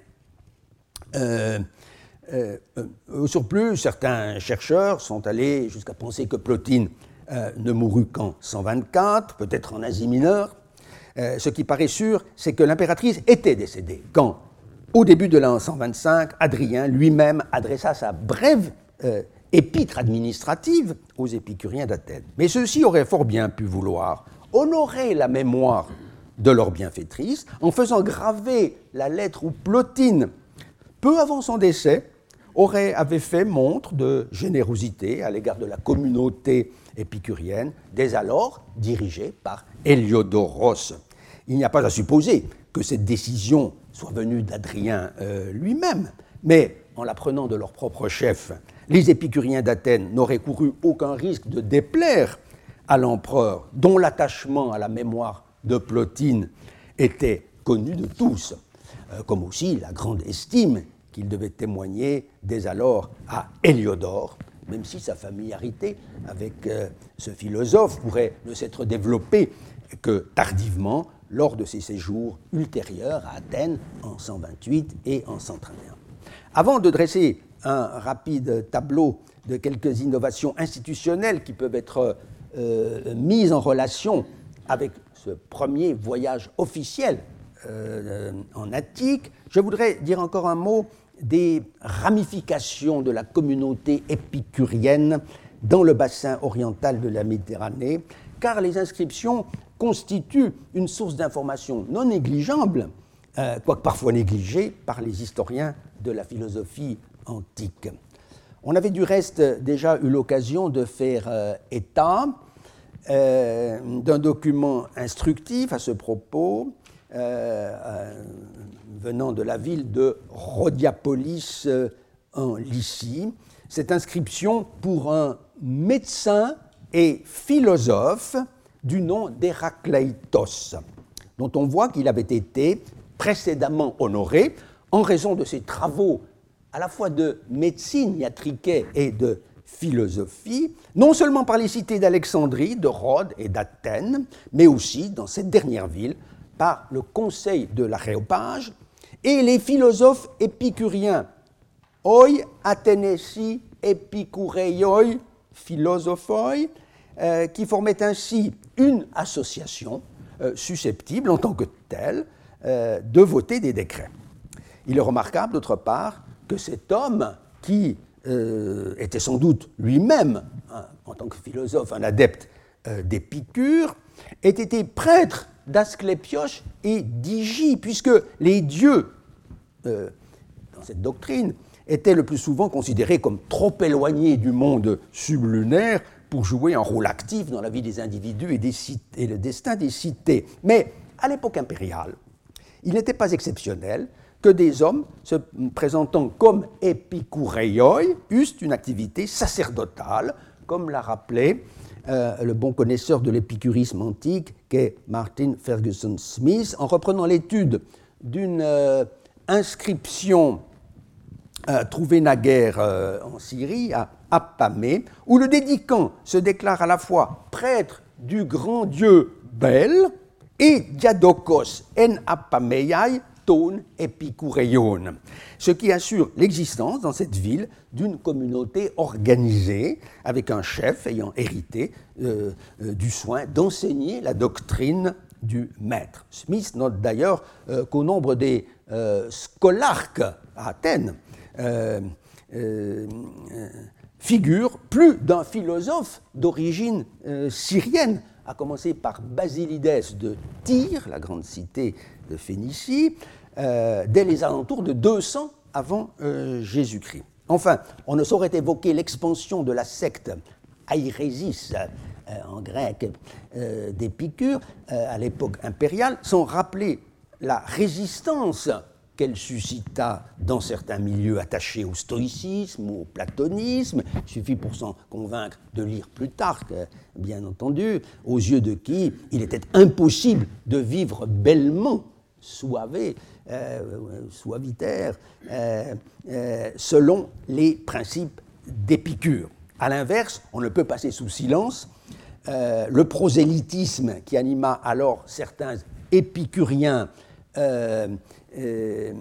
Euh, euh, au surplus, certains chercheurs sont allés jusqu'à penser que Plotine Euh, ne mourut qu'en cent vingt-quatre, peut-être en Asie mineure. Euh, ce qui paraît sûr, c'est que l'impératrice était décédée quand, au début de l'an cent vingt-cinq, Adrien lui-même adressa sa brève euh, épître administrative aux épicuriens d'Athènes. Mais ceux-ci auraient fort bien pu vouloir honorer la mémoire de leur bienfaitrice en faisant graver la lettre où Plotine, peu avant son décès, aurait avait fait montre de générosité à l'égard de la communauté épicurienne, dès alors dirigée par Héliodoros. Il n'y a pas à supposer que cette décision soit venue d'Adrien euh, lui-même, mais en la prenant de leur propre chef, les épicuriens d'Athènes n'auraient couru aucun risque de déplaire à l'empereur, dont l'attachement à la mémoire de Plotine était connu de tous, euh, comme aussi la grande estime qu'il devait témoigner dès alors à Héliodore, même si sa familiarité avec euh, ce philosophe pourrait ne s'être développée que tardivement lors de ses séjours ultérieurs à Athènes en cent vingt-huit et en cent trente et un. Avant de dresser un rapide tableau de quelques innovations institutionnelles qui peuvent être euh, mises en relation avec ce premier voyage officiel euh, en Attique, je voudrais dire encore un mot des ramifications de la communauté épicurienne dans le bassin oriental de la Méditerranée, car les inscriptions constituent une source d'information non négligeable, euh, quoique parfois négligée par les historiens de la philosophie antique. On avait du reste déjà eu l'occasion de faire euh, état euh, d'un document instructif à ce propos, Euh, euh, venant de la ville de Rhodiapolis euh, en Lycie. Cette inscription pour un médecin et philosophe du nom d'Héracleitos, dont on voit qu'il avait été précédemment honoré en raison de ses travaux à la fois de médecine iatriquée et de philosophie, non seulement par les cités d'Alexandrie, de Rhodes et d'Athènes, mais aussi dans cette dernière ville, par le conseil de l'Aréopage et les philosophes épicuriens, oi Athénési epikureioi philosophoi, euh, qui formaient ainsi une association euh, susceptible, en tant que telle, euh, de voter des décrets. Il est remarquable, d'autre part, que cet homme, qui euh, était sans doute lui-même, hein, en tant que philosophe, un adepte euh, d'Épicure, ait été prêtre d'Asclépios et d'Hygie, puisque les dieux, euh, dans cette doctrine, étaient le plus souvent considérés comme trop éloignés du monde sublunaire pour jouer un rôle actif dans la vie des individus et, des cités, et le destin des cités. Mais à l'époque impériale, il n'était pas exceptionnel que des hommes se présentant comme épikureioi eussent une activité sacerdotale, comme l'a rappelé Euh, le bon connaisseur de l'épicurisme antique qu'est Martin Ferguson Smith, en reprenant l'étude d'une euh, inscription euh, trouvée naguère euh, en Syrie, à Apamée, où le dédicant se déclare à la fois prêtre du grand dieu Bel et Diadokos en Apameiai ton epikureion, ce qui assure l'existence dans cette ville d'une communauté organisée avec un chef ayant hérité euh, euh, du soin d'enseigner la doctrine du maître. Smith note d'ailleurs euh, qu'au nombre des euh, scolarques à Athènes euh, euh, euh, figure plus d'un philosophe d'origine euh, syrienne, à commencer par Basilides de Tyr, la grande cité de Phénicie, euh, dès les alentours de deux cents avant euh, Jésus-Christ. Enfin, on ne saurait évoquer l'expansion de la secte airesis euh, en grec euh, d'Épicure, euh, à l'époque impériale, sans rappeler la résistance qu'elle suscita dans certains milieux attachés au stoïcisme ou au platonisme. Il suffit pour s'en convaincre de lire Plutarque, bien entendu, aux yeux de qui il était impossible de vivre bellement, suave, euh, suavitaire, euh, euh, selon les principes d'Épicure. À l'inverse, on ne peut passer sous silence euh, le prosélytisme qui anima alors certains épicuriens, euh, euh,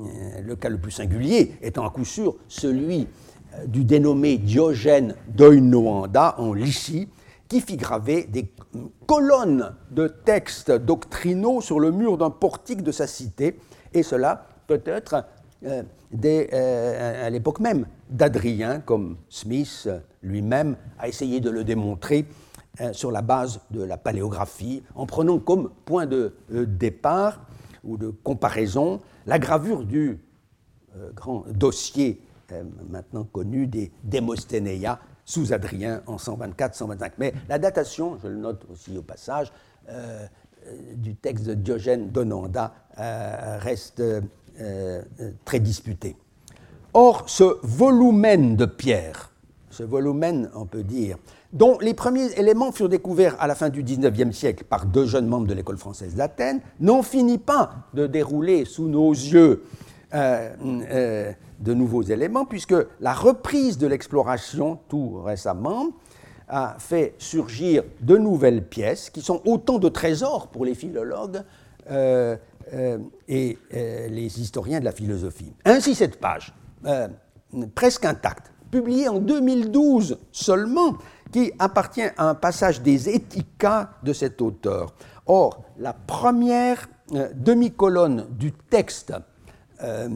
le cas le plus singulier étant à coup sûr celui du dénommé Diogène d'Oinoanda en Lycie, qui fit graver des colonnes de textes doctrinaux sur le mur d'un portique de sa cité, et cela peut-être euh, dès, euh, à l'époque même d'Adrien, comme Smith lui-même a essayé de le démontrer euh, sur la base de la paléographie, en prenant comme point de euh, départ ou de comparaison la gravure du euh, grand dossier euh, maintenant connu des Démosthenéia sous Adrien en cent vingt-quatre cent vingt-cinq. Mais la datation, je le note aussi au passage, euh, du texte de Diogène d'Oinoanda euh, reste euh, très disputée. Or, ce volumen de pierre, ce volumen, on peut dire, dont les premiers éléments furent découverts à la fin du dix-neuvième siècle par deux jeunes membres de l'école française d'Athènes, n'en finit pas de dérouler sous nos yeux euh, euh, de nouveaux éléments, puisque la reprise de l'exploration, tout récemment, a fait surgir de nouvelles pièces qui sont autant de trésors pour les philologues euh, euh, et euh, les historiens de la philosophie. Ainsi, cette page, euh, presque intacte, publiée en deux mille douze seulement, qui appartient à un passage des Éthicas de cet auteur. Or, la première euh, demi-colonne du texte euh,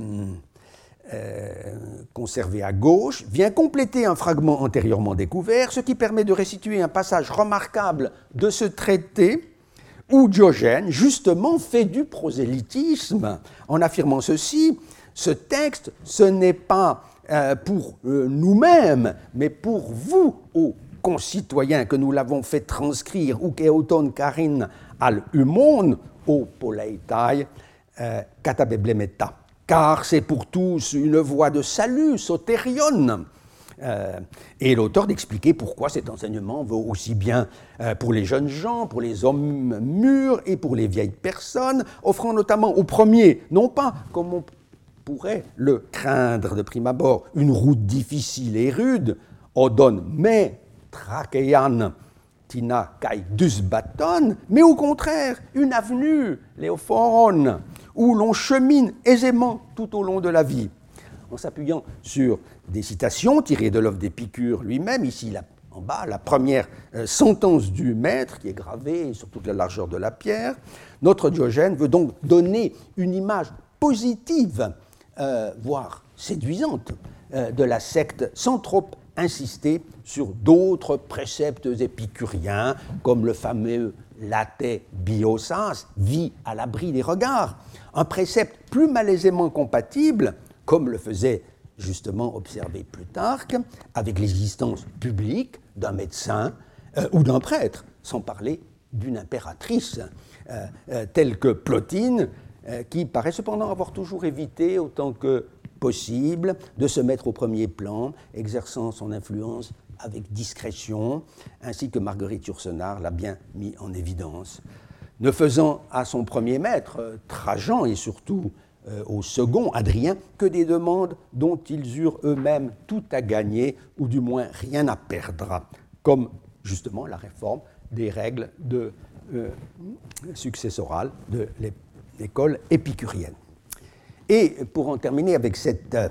Euh, conservé à gauche, vient compléter un fragment antérieurement découvert, ce qui permet de restituer un passage remarquable de ce traité où Diogène, justement, fait du prosélytisme en affirmant ceci: ce texte, ce n'est pas euh, pour euh, nous-mêmes, mais pour vous, ô concitoyens, que nous l'avons fait transcrire, ou keoton karin al humon, ô poleitai euh, katabeblemeta. Car c'est pour tous une voie de salut, sotérion. Euh, et l'auteur d'expliquer pourquoi cet enseignement vaut aussi bien euh, pour les jeunes gens, pour les hommes mûrs et pour les vieilles personnes, offrant notamment au premier, non pas comme on pourrait le craindre de prime abord, une route difficile et rude, odon me tracheian tina kai dusbaton, mais au contraire, une avenue, léophoron, où l'on chemine aisément tout au long de la vie. En s'appuyant sur des citations tirées de l'œuvre d'Épicure lui-même, ici là, en bas, la première euh, sentence du maître qui est gravée sur toute la largeur de la pierre, notre Diogène veut donc donner une image positive, euh, voire séduisante, euh, de la secte sans trop insister sur d'autres préceptes épicuriens, comme le fameux late biosas, vie à l'abri des regards, un précepte plus malaisément compatible, comme le faisait justement observer Plutarque, avec l'existence publique d'un médecin euh, ou d'un prêtre, sans parler d'une impératrice euh, euh, telle que Plotine, euh, qui paraît cependant avoir toujours évité autant que possible de se mettre au premier plan, exerçant son influence avec discrétion, ainsi que Marguerite Yourcenar l'a bien mis en évidence, ne faisant à son premier maître, Trajan, et surtout euh, au second, Adrien, que des demandes dont ils eurent eux-mêmes tout à gagner, ou du moins rien à perdre, comme justement la réforme des règles de, euh, successorales de l'école épicurienne. Et pour en terminer avec cette euh,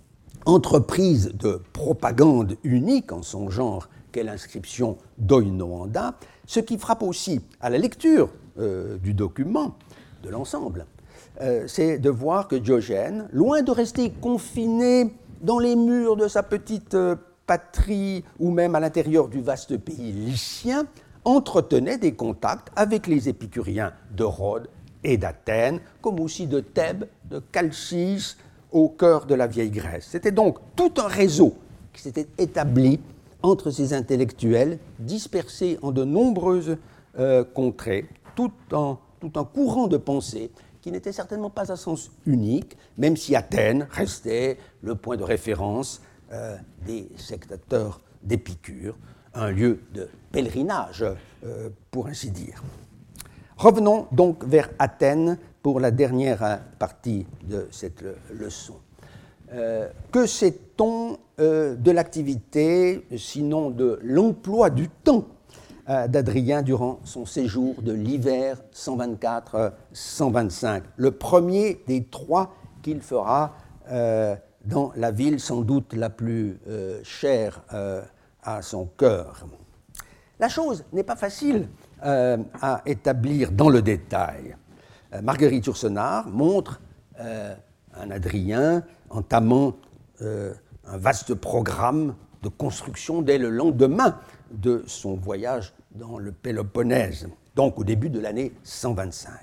entreprise de propagande unique en son genre qu'est l'inscription d'Oinoanda, ce qui frappe aussi à la lecture euh, du document, de l'ensemble, euh, c'est de voir que Diogène, loin de rester confiné dans les murs de sa petite euh, patrie ou même à l'intérieur du vaste pays lycien, entretenait des contacts avec les épicuriens de Rhodes et d'Athènes, comme aussi de Thèbes, de Chalcis, au cœur de la vieille Grèce. C'était donc tout un réseau qui s'était établi entre ces intellectuels dispersés en de nombreuses euh, contrées, tout en, tout en courant de pensée qui n'était certainement pas à sens unique, même si Athènes restait le point de référence euh, des sectateurs d'Épicure, un lieu de pèlerinage, euh, pour ainsi dire. Revenons donc vers Athènes pour la dernière partie de cette leçon. Euh, que sait-on euh, de l'activité, sinon de l'emploi du temps euh, d'Adrien durant son séjour de l'hiver cent vingt-quatre cent vingt-cinq, le premier des trois qu'il fera euh, dans la ville sans doute la plus euh, chère euh, à son cœur. La chose n'est pas facile euh, à établir dans le détail. Euh, Marguerite Yourcenar montre euh, un Adrien entamant euh, un vaste programme de construction dès le lendemain de son voyage dans le Péloponnèse, donc au début de l'année cent vingt-cinq.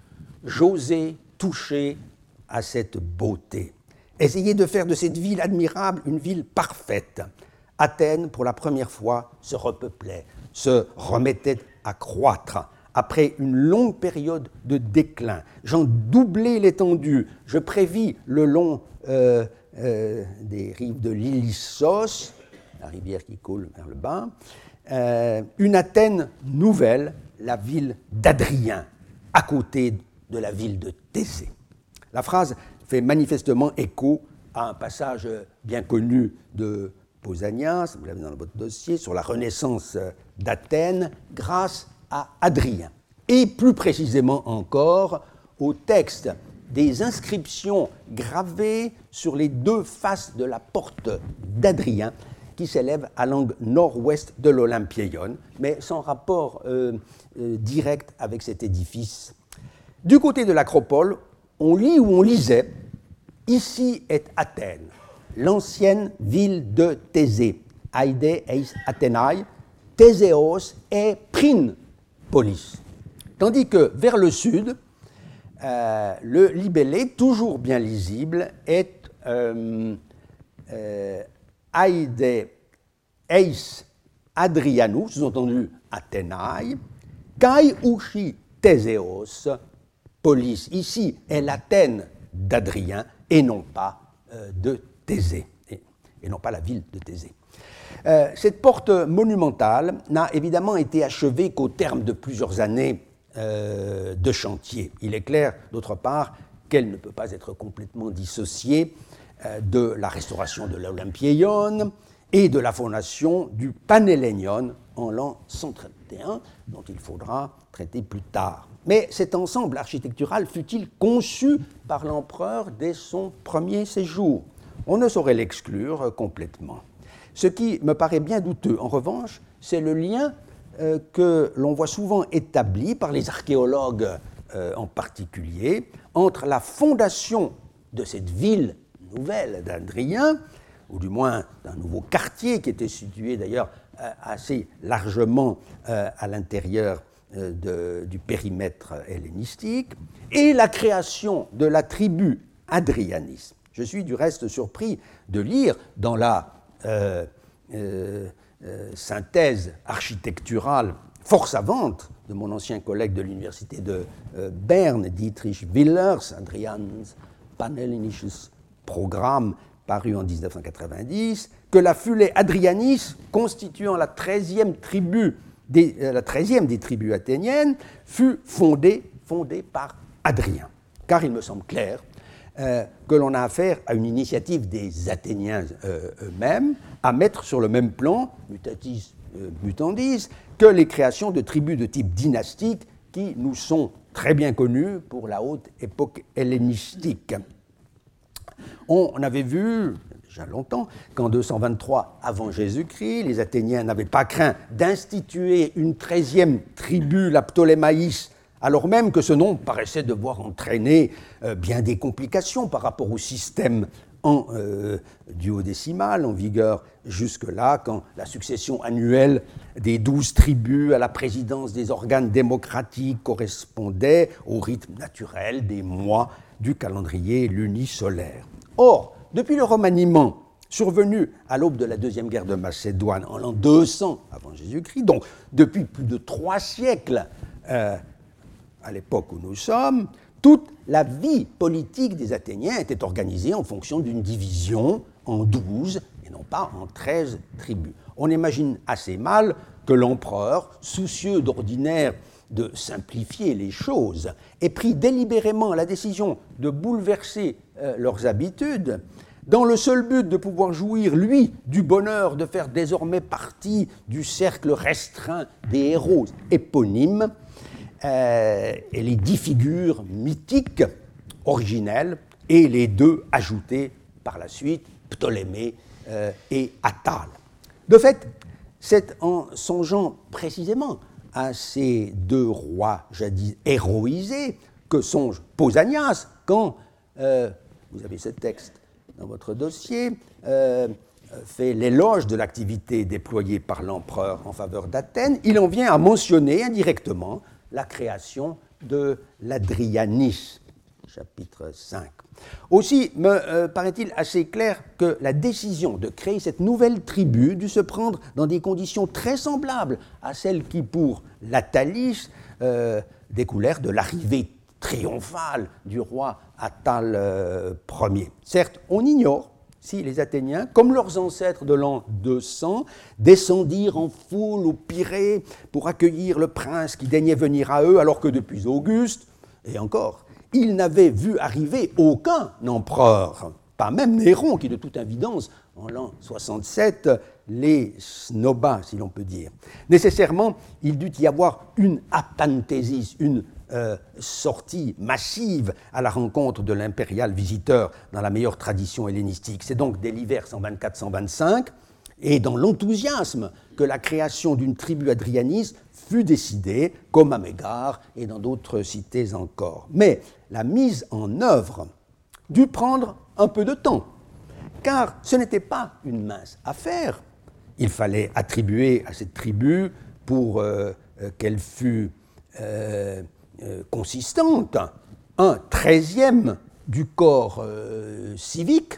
J'osais toucher à cette beauté, essayer de faire de cette ville admirable une ville parfaite. Athènes, pour la première fois, se repeuplait, se remettait à croître. Après une longue période de déclin, j'en doublai l'étendue. Je prévis le long euh, euh, des rives de l'Ilissos, la rivière qui coule vers le bas, euh, une Athènes nouvelle, la ville d'Adrien, à côté de la ville de Thésée. La phrase fait manifestement écho à un passage bien connu de Pausanias, vous l'avez dans votre dossier, sur la renaissance d'Athènes grâce à Adrien, et plus précisément encore au texte des inscriptions gravées sur les deux faces de la porte d'Adrien qui s'élève à l'angle nord-ouest de l'Olympieion, mais sans rapport euh, euh, direct avec cet édifice. Du côté de l'acropole, on lit ou on lisait « Ici est Athènes, l'ancienne ville de Thésée, Aide eis Athénae, Théséos et Prin Polis ». Tandis que vers le sud, euh, le libellé, toujours bien lisible, est euh, euh, Aide eis Adrianus, sous-entendu Athénae, Kai ushi Théséos Polis. Ici est l'Athènes d'Adrien et non pas euh, de Thésée, et, et non pas la ville de Thésée. Euh, cette porte monumentale n'a évidemment été achevée qu'au terme de plusieurs années euh, de chantier. Il est clair, d'autre part, qu'elle ne peut pas être complètement dissociée euh, de la restauration de l'Olympieion et de la fondation du Panhellénion en l'an cent trente et un, dont il faudra traiter plus tard. Mais cet ensemble architectural fut-il conçu par l'empereur dès son premier séjour? On ne saurait l'exclure complètement. Ce qui me paraît bien douteux, en revanche, c'est le lien euh, que l'on voit souvent établi par les archéologues euh, en particulier entre la fondation de cette ville nouvelle d'Adrien, ou du moins d'un nouveau quartier qui était situé d'ailleurs euh, assez largement euh, à l'intérieur euh, de, du périmètre hellénistique, et la création de la tribu Adrianis. Je suis du reste surpris de lire dans la euh, euh, euh, synthèse architecturale fort savante de mon ancien collègue de l'université de euh, Berne, Dietrich Willers, Adrian's Panhellenisches Programme, paru en dix-neuf cent quatre-vingt-dix, que la Phulé Adrianis, constituant la treizième tribu des, euh, la treizième des tribus athéniennes, fut fondée, fondée par Adrien. Car il me semble clair euh, que l'on a affaire à une initiative des Athéniens euh, eux-mêmes à mettre sur le même plan, mutatis euh, mutandis, que les créations de tribus de type dynastique qui nous sont très bien connues pour la haute époque hellénistique. On avait vu, déjà longtemps, qu'en deux cent vingt-trois avant Jésus-Christ, les Athéniens n'avaient pas craint d'instituer une treizième tribu, la Ptolémaïs, alors même que ce nom paraissait devoir entraîner euh, bien des complications par rapport au système en euh, duodécimal en vigueur jusque-là, quand la succession annuelle des douze tribus à la présidence des organes démocratiques correspondait au rythme naturel des mois du calendrier lunisolaire. Or, depuis le remaniement survenue à l'aube de la Deuxième Guerre de Macédoine en l'an deux cents avant Jésus-Christ, donc depuis plus de trois siècles euh, à l'époque où nous sommes, toute la vie politique des Athéniens était organisée en fonction d'une division en douze et non pas en treize tribus. On imagine assez mal que l'empereur, soucieux d'ordinaire de simplifier les choses, ait pris délibérément la décision de bouleverser euh, leurs habitudes dans le seul but de pouvoir jouir, lui, du bonheur de faire désormais partie du cercle restreint des héros éponymes euh, et les dix figures mythiques originelles et les deux ajoutées par la suite, Ptolémée euh, et Attale. De fait, c'est en songeant précisément à ces deux rois jadis héroïsés que songe Pausanias quand, euh, vous avez ce texte dans votre dossier, euh, fait l'éloge de l'activité déployée par l'empereur en faveur d'Athènes. Il en vient à mentionner indirectement la création de l'Adrianisme, chapitre cinq. Aussi me euh, paraît-il assez clair que la décision de créer cette nouvelle tribu dut se prendre dans des conditions très semblables à celles qui, pour l'Athalie, euh, découlèrent de l'arrivée triomphale du roi Attale euh, Ier. Certes, on ignore si les Athéniens, comme leurs ancêtres de l'an deux cents, descendirent en foule au Pirée pour accueillir le prince qui daignait venir à eux, alors que depuis Auguste, et encore, ils n'avaient vu arriver aucun empereur, pas même Néron, qui de toute évidence, en l'an soixante-sept, les snoba, si l'on peut dire. Nécessairement, il dut y avoir une apanthésis, une euh, sortie massive à la rencontre de l'impérial visiteur dans la meilleure tradition hellénistique. C'est donc dès l'hiver cent vingt-quatre cent vingt-cinq, et dans l'enthousiasme que la création d'une tribu adrianiste fut décidée, comme à Mégare et dans d'autres cités encore. Mais la mise en œuvre dut prendre un peu de temps, car ce n'était pas une mince affaire. Il fallait attribuer à cette tribu, pour euh, qu'elle fût euh, euh, consistante, un treizième du corps euh, civique,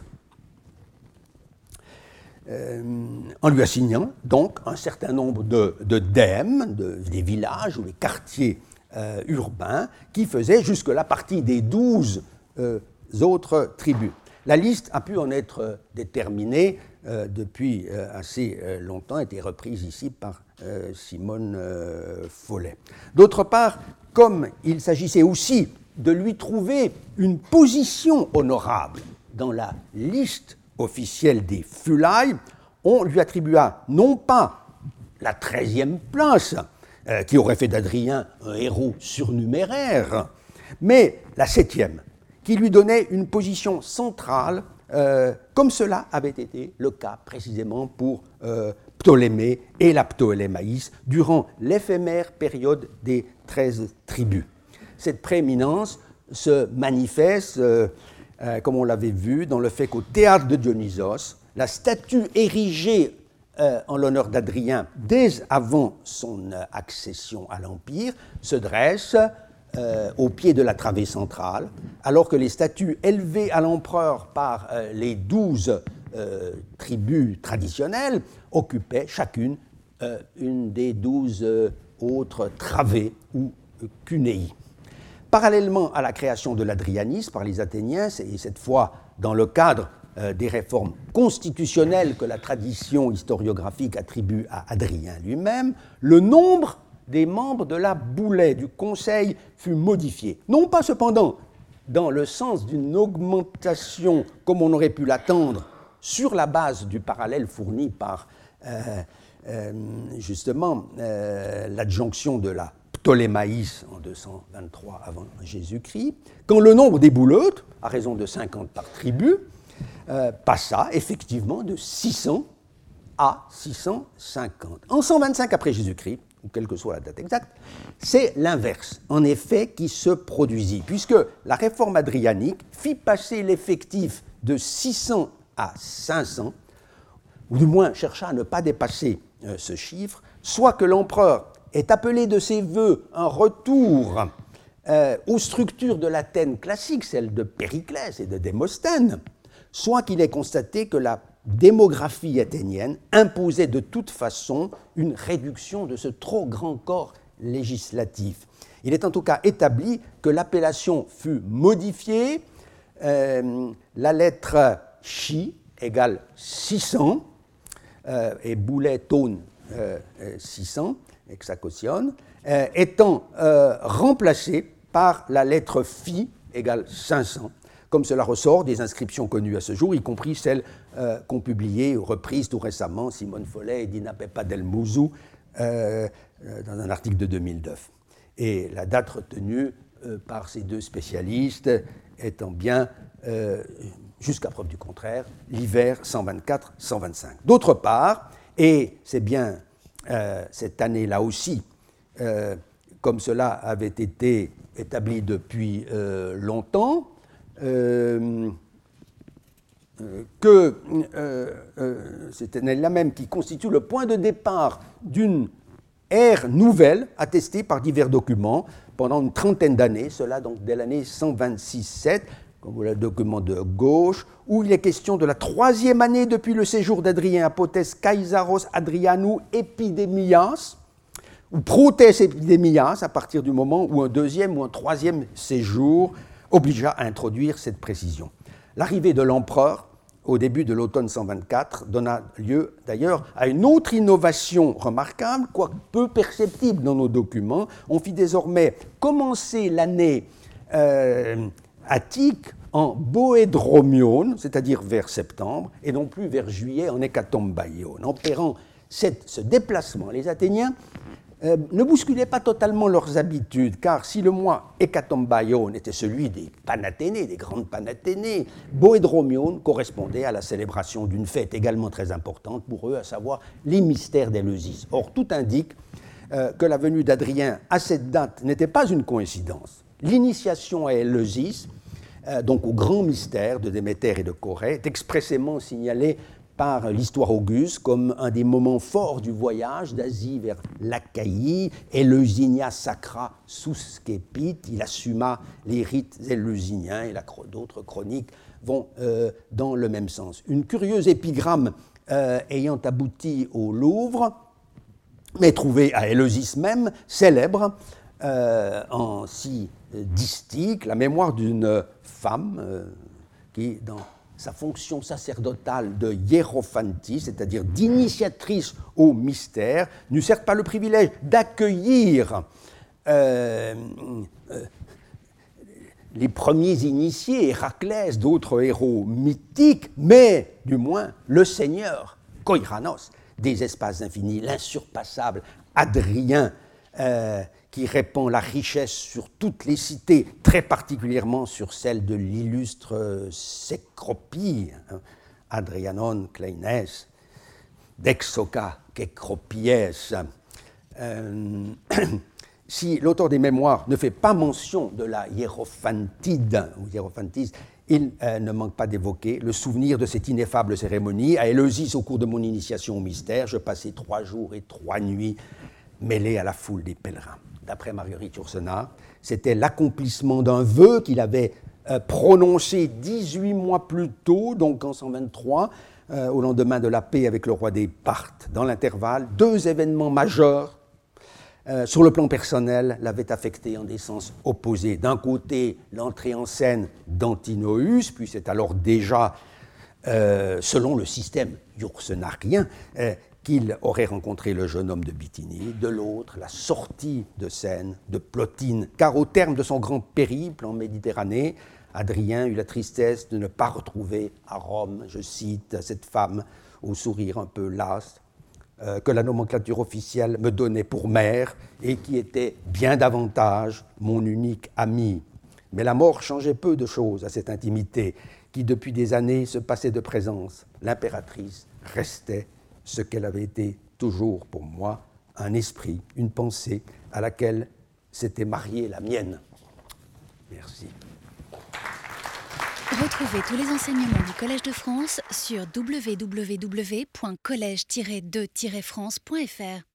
Euh, en lui assignant donc un certain nombre de, de dèmes, de, des villages ou les quartiers euh, urbains qui faisaient jusque-là partie des douze euh, autres tribus. La liste a pu en être déterminée euh, depuis euh, assez euh, longtemps, a été reprise ici par euh, Simone euh, Follet. D'autre part, comme il s'agissait aussi de lui trouver une position honorable dans la liste officielle des Fulailles, on lui attribua non pas la treizième place, euh, qui aurait fait d'Adrien un héros surnuméraire, mais la septième, qui lui donnait une position centrale, euh, comme cela avait été le cas précisément pour euh, Ptolémée et la Ptolémaïs durant l'éphémère période des treize tribus. Cette prééminence se manifeste euh, Euh, comme on l'avait vu, dans le fait qu'au théâtre de Dionysos, la statue érigée euh, en l'honneur d'Adrien dès avant son euh, accession à l'Empire se dresse euh, au pied de la travée centrale, alors que les statues élevées à l'empereur par euh, les douze euh, tribus traditionnelles occupaient chacune euh, une des douze euh, autres travées ou euh, cunéi. Parallèlement à la création de l'adrianisme par les Athéniens, et cette fois dans le cadre euh, des réformes constitutionnelles que la tradition historiographique attribue à Adrien lui-même, le nombre des membres de la Boulée du Conseil fut modifié. Non pas cependant dans le sens d'une augmentation, comme on aurait pu l'attendre, sur la base du parallèle fourni par euh, euh, justement euh, l'adjonction de la Ptolémaïs en deux cent vingt-trois avant Jésus-Christ, quand le nombre des bouleutes, à raison de cinquante par tribu, euh, passa effectivement de six cents à six cent cinquante. En cent vingt-cinq après Jésus-Christ, ou quelle que soit la date exacte, c'est l'inverse, en effet, qui se produisit, puisque la réforme adrianique fit passer l'effectif de six cents à cinq cents, ou du moins chercha à ne pas dépasser euh, ce chiffre, soit que l'empereur est appelé de ses voeux un retour euh, aux structures de l'Athènes classique, celles de Périclès et de Démosthène, soit qu'il ait constaté que la démographie athénienne imposait de toute façon une réduction de ce trop grand corps législatif. Il est en tout cas établi que l'appellation fut modifiée, euh, la lettre chi égale six cents, euh, et boulet tone euh, six cents, hexacosion, euh, étant euh, remplacée par la lettre phi égale cinq cents, comme cela ressort des inscriptions connues à ce jour, y compris celles euh, qu'ont publiées ou reprises tout récemment Simone Follet et Dina Pepa del Musu euh, euh, dans un article de deux mille neuf. Et la date retenue euh, par ces deux spécialistes étant bien, euh, jusqu'à preuve du contraire, l'hiver cent vingt-quatre cent vingt-cinq. D'autre part, et c'est bien euh, cette année-là aussi, euh, comme cela avait été établi depuis euh, longtemps, euh, euh, que euh, euh, cette année-là même qui constitue le point de départ d'une ère nouvelle attestée par divers documents pendant une trentaine d'années, cela donc dès l'année cent vingt-six sept, comme vous le document de gauche, où il est question de la troisième année depuis le séjour d'Adrien Apotes Kaisaros Adrianou Epidemias, ou Protes Epidemias, à partir du moment où un deuxième ou un troisième séjour obligea à introduire cette précision. L'arrivée de l'empereur, au début de l'automne cent vingt-quatre, donna lieu d'ailleurs à une autre innovation remarquable, quoique peu perceptible dans nos documents. On fit désormais commencer l'année euh, attique en boédromion, c'est-à-dire vers septembre, et non plus vers juillet en hécatombaion. En opérant cette, ce déplacement, les Athéniens euh, ne bousculaient pas totalement leurs habitudes, car si le mois hécatombaion était celui des Panathénées, des grandes Panathénées, boédromion correspondait à la célébration d'une fête également très importante pour eux, à savoir les mystères d'Éleusis. Or, tout indique euh, que la venue d'Adrien à cette date n'était pas une coïncidence. L'initiation à Éleusis, euh, donc au grand mystère de Déméter et de Corée, est expressément signalée par l'histoire auguste comme un des moments forts du voyage d'Asie vers l'Achaïe. Éleusinia sacra suscepit, il assuma les rites éleusiniens, et d'autres chroniques vont euh, dans le même sens. Une curieuse épigramme euh, ayant abouti au Louvre, mais trouvée à Éleusis même, célèbre euh, en si distique la mémoire d'une femme euh, qui, dans sa fonction sacerdotale de hiérophantie, c'est-à-dire d'initiatrice au mystère, n'eut certes pas le privilège d'accueillir euh, euh, les premiers initiés, Héraclès, d'autres héros mythiques, mais du moins le Seigneur, Koiranos, des espaces infinis, l'insurpassable Adrien, euh, qui répand la richesse sur toutes les cités, très particulièrement sur celle de l'illustre Cécropie, hein, Adrianon Kleines, Dexoca Kekropies. Euh, si l'auteur des mémoires ne fait pas mention de la hiérophantide, ou hiérophantis, il euh, ne manque pas d'évoquer le souvenir de cette ineffable cérémonie. À Éleusis, au cours de mon initiation au mystère, je passai trois jours et trois nuits mêlés à la foule des pèlerins. D'après Marguerite Yourcenar, c'était l'accomplissement d'un vœu qu'il avait euh, prononcé dix-huit mois plus tôt, donc en cent vingt-trois, euh, au lendemain de la paix avec le roi des Parthes. Dans l'intervalle, deux événements majeurs, euh, sur le plan personnel, l'avaient affecté en des sens opposés. D'un côté, l'entrée en scène d'Antinoüs, puis c'est alors déjà, euh, selon le système yourcenarien, euh, qu'il aurait rencontré le jeune homme de Bithynie, de l'autre, la sortie de scène de Plotine, car au terme de son grand périple en Méditerranée, Adrien eut la tristesse de ne pas retrouver à Rome, je cite, cette femme au sourire un peu las, euh, que la nomenclature officielle me donnait pour mère et qui était bien davantage mon unique amie. Mais la mort changeait peu de choses à cette intimité qui, depuis des années, se passait de présence. L'impératrice restait ce qu'elle avait été toujours pour moi, un esprit, une pensée à laquelle s'était mariée la mienne. Merci. Retrouvez tous les enseignements du Collège de France sur w w w point collège tiret de tiret france point f r.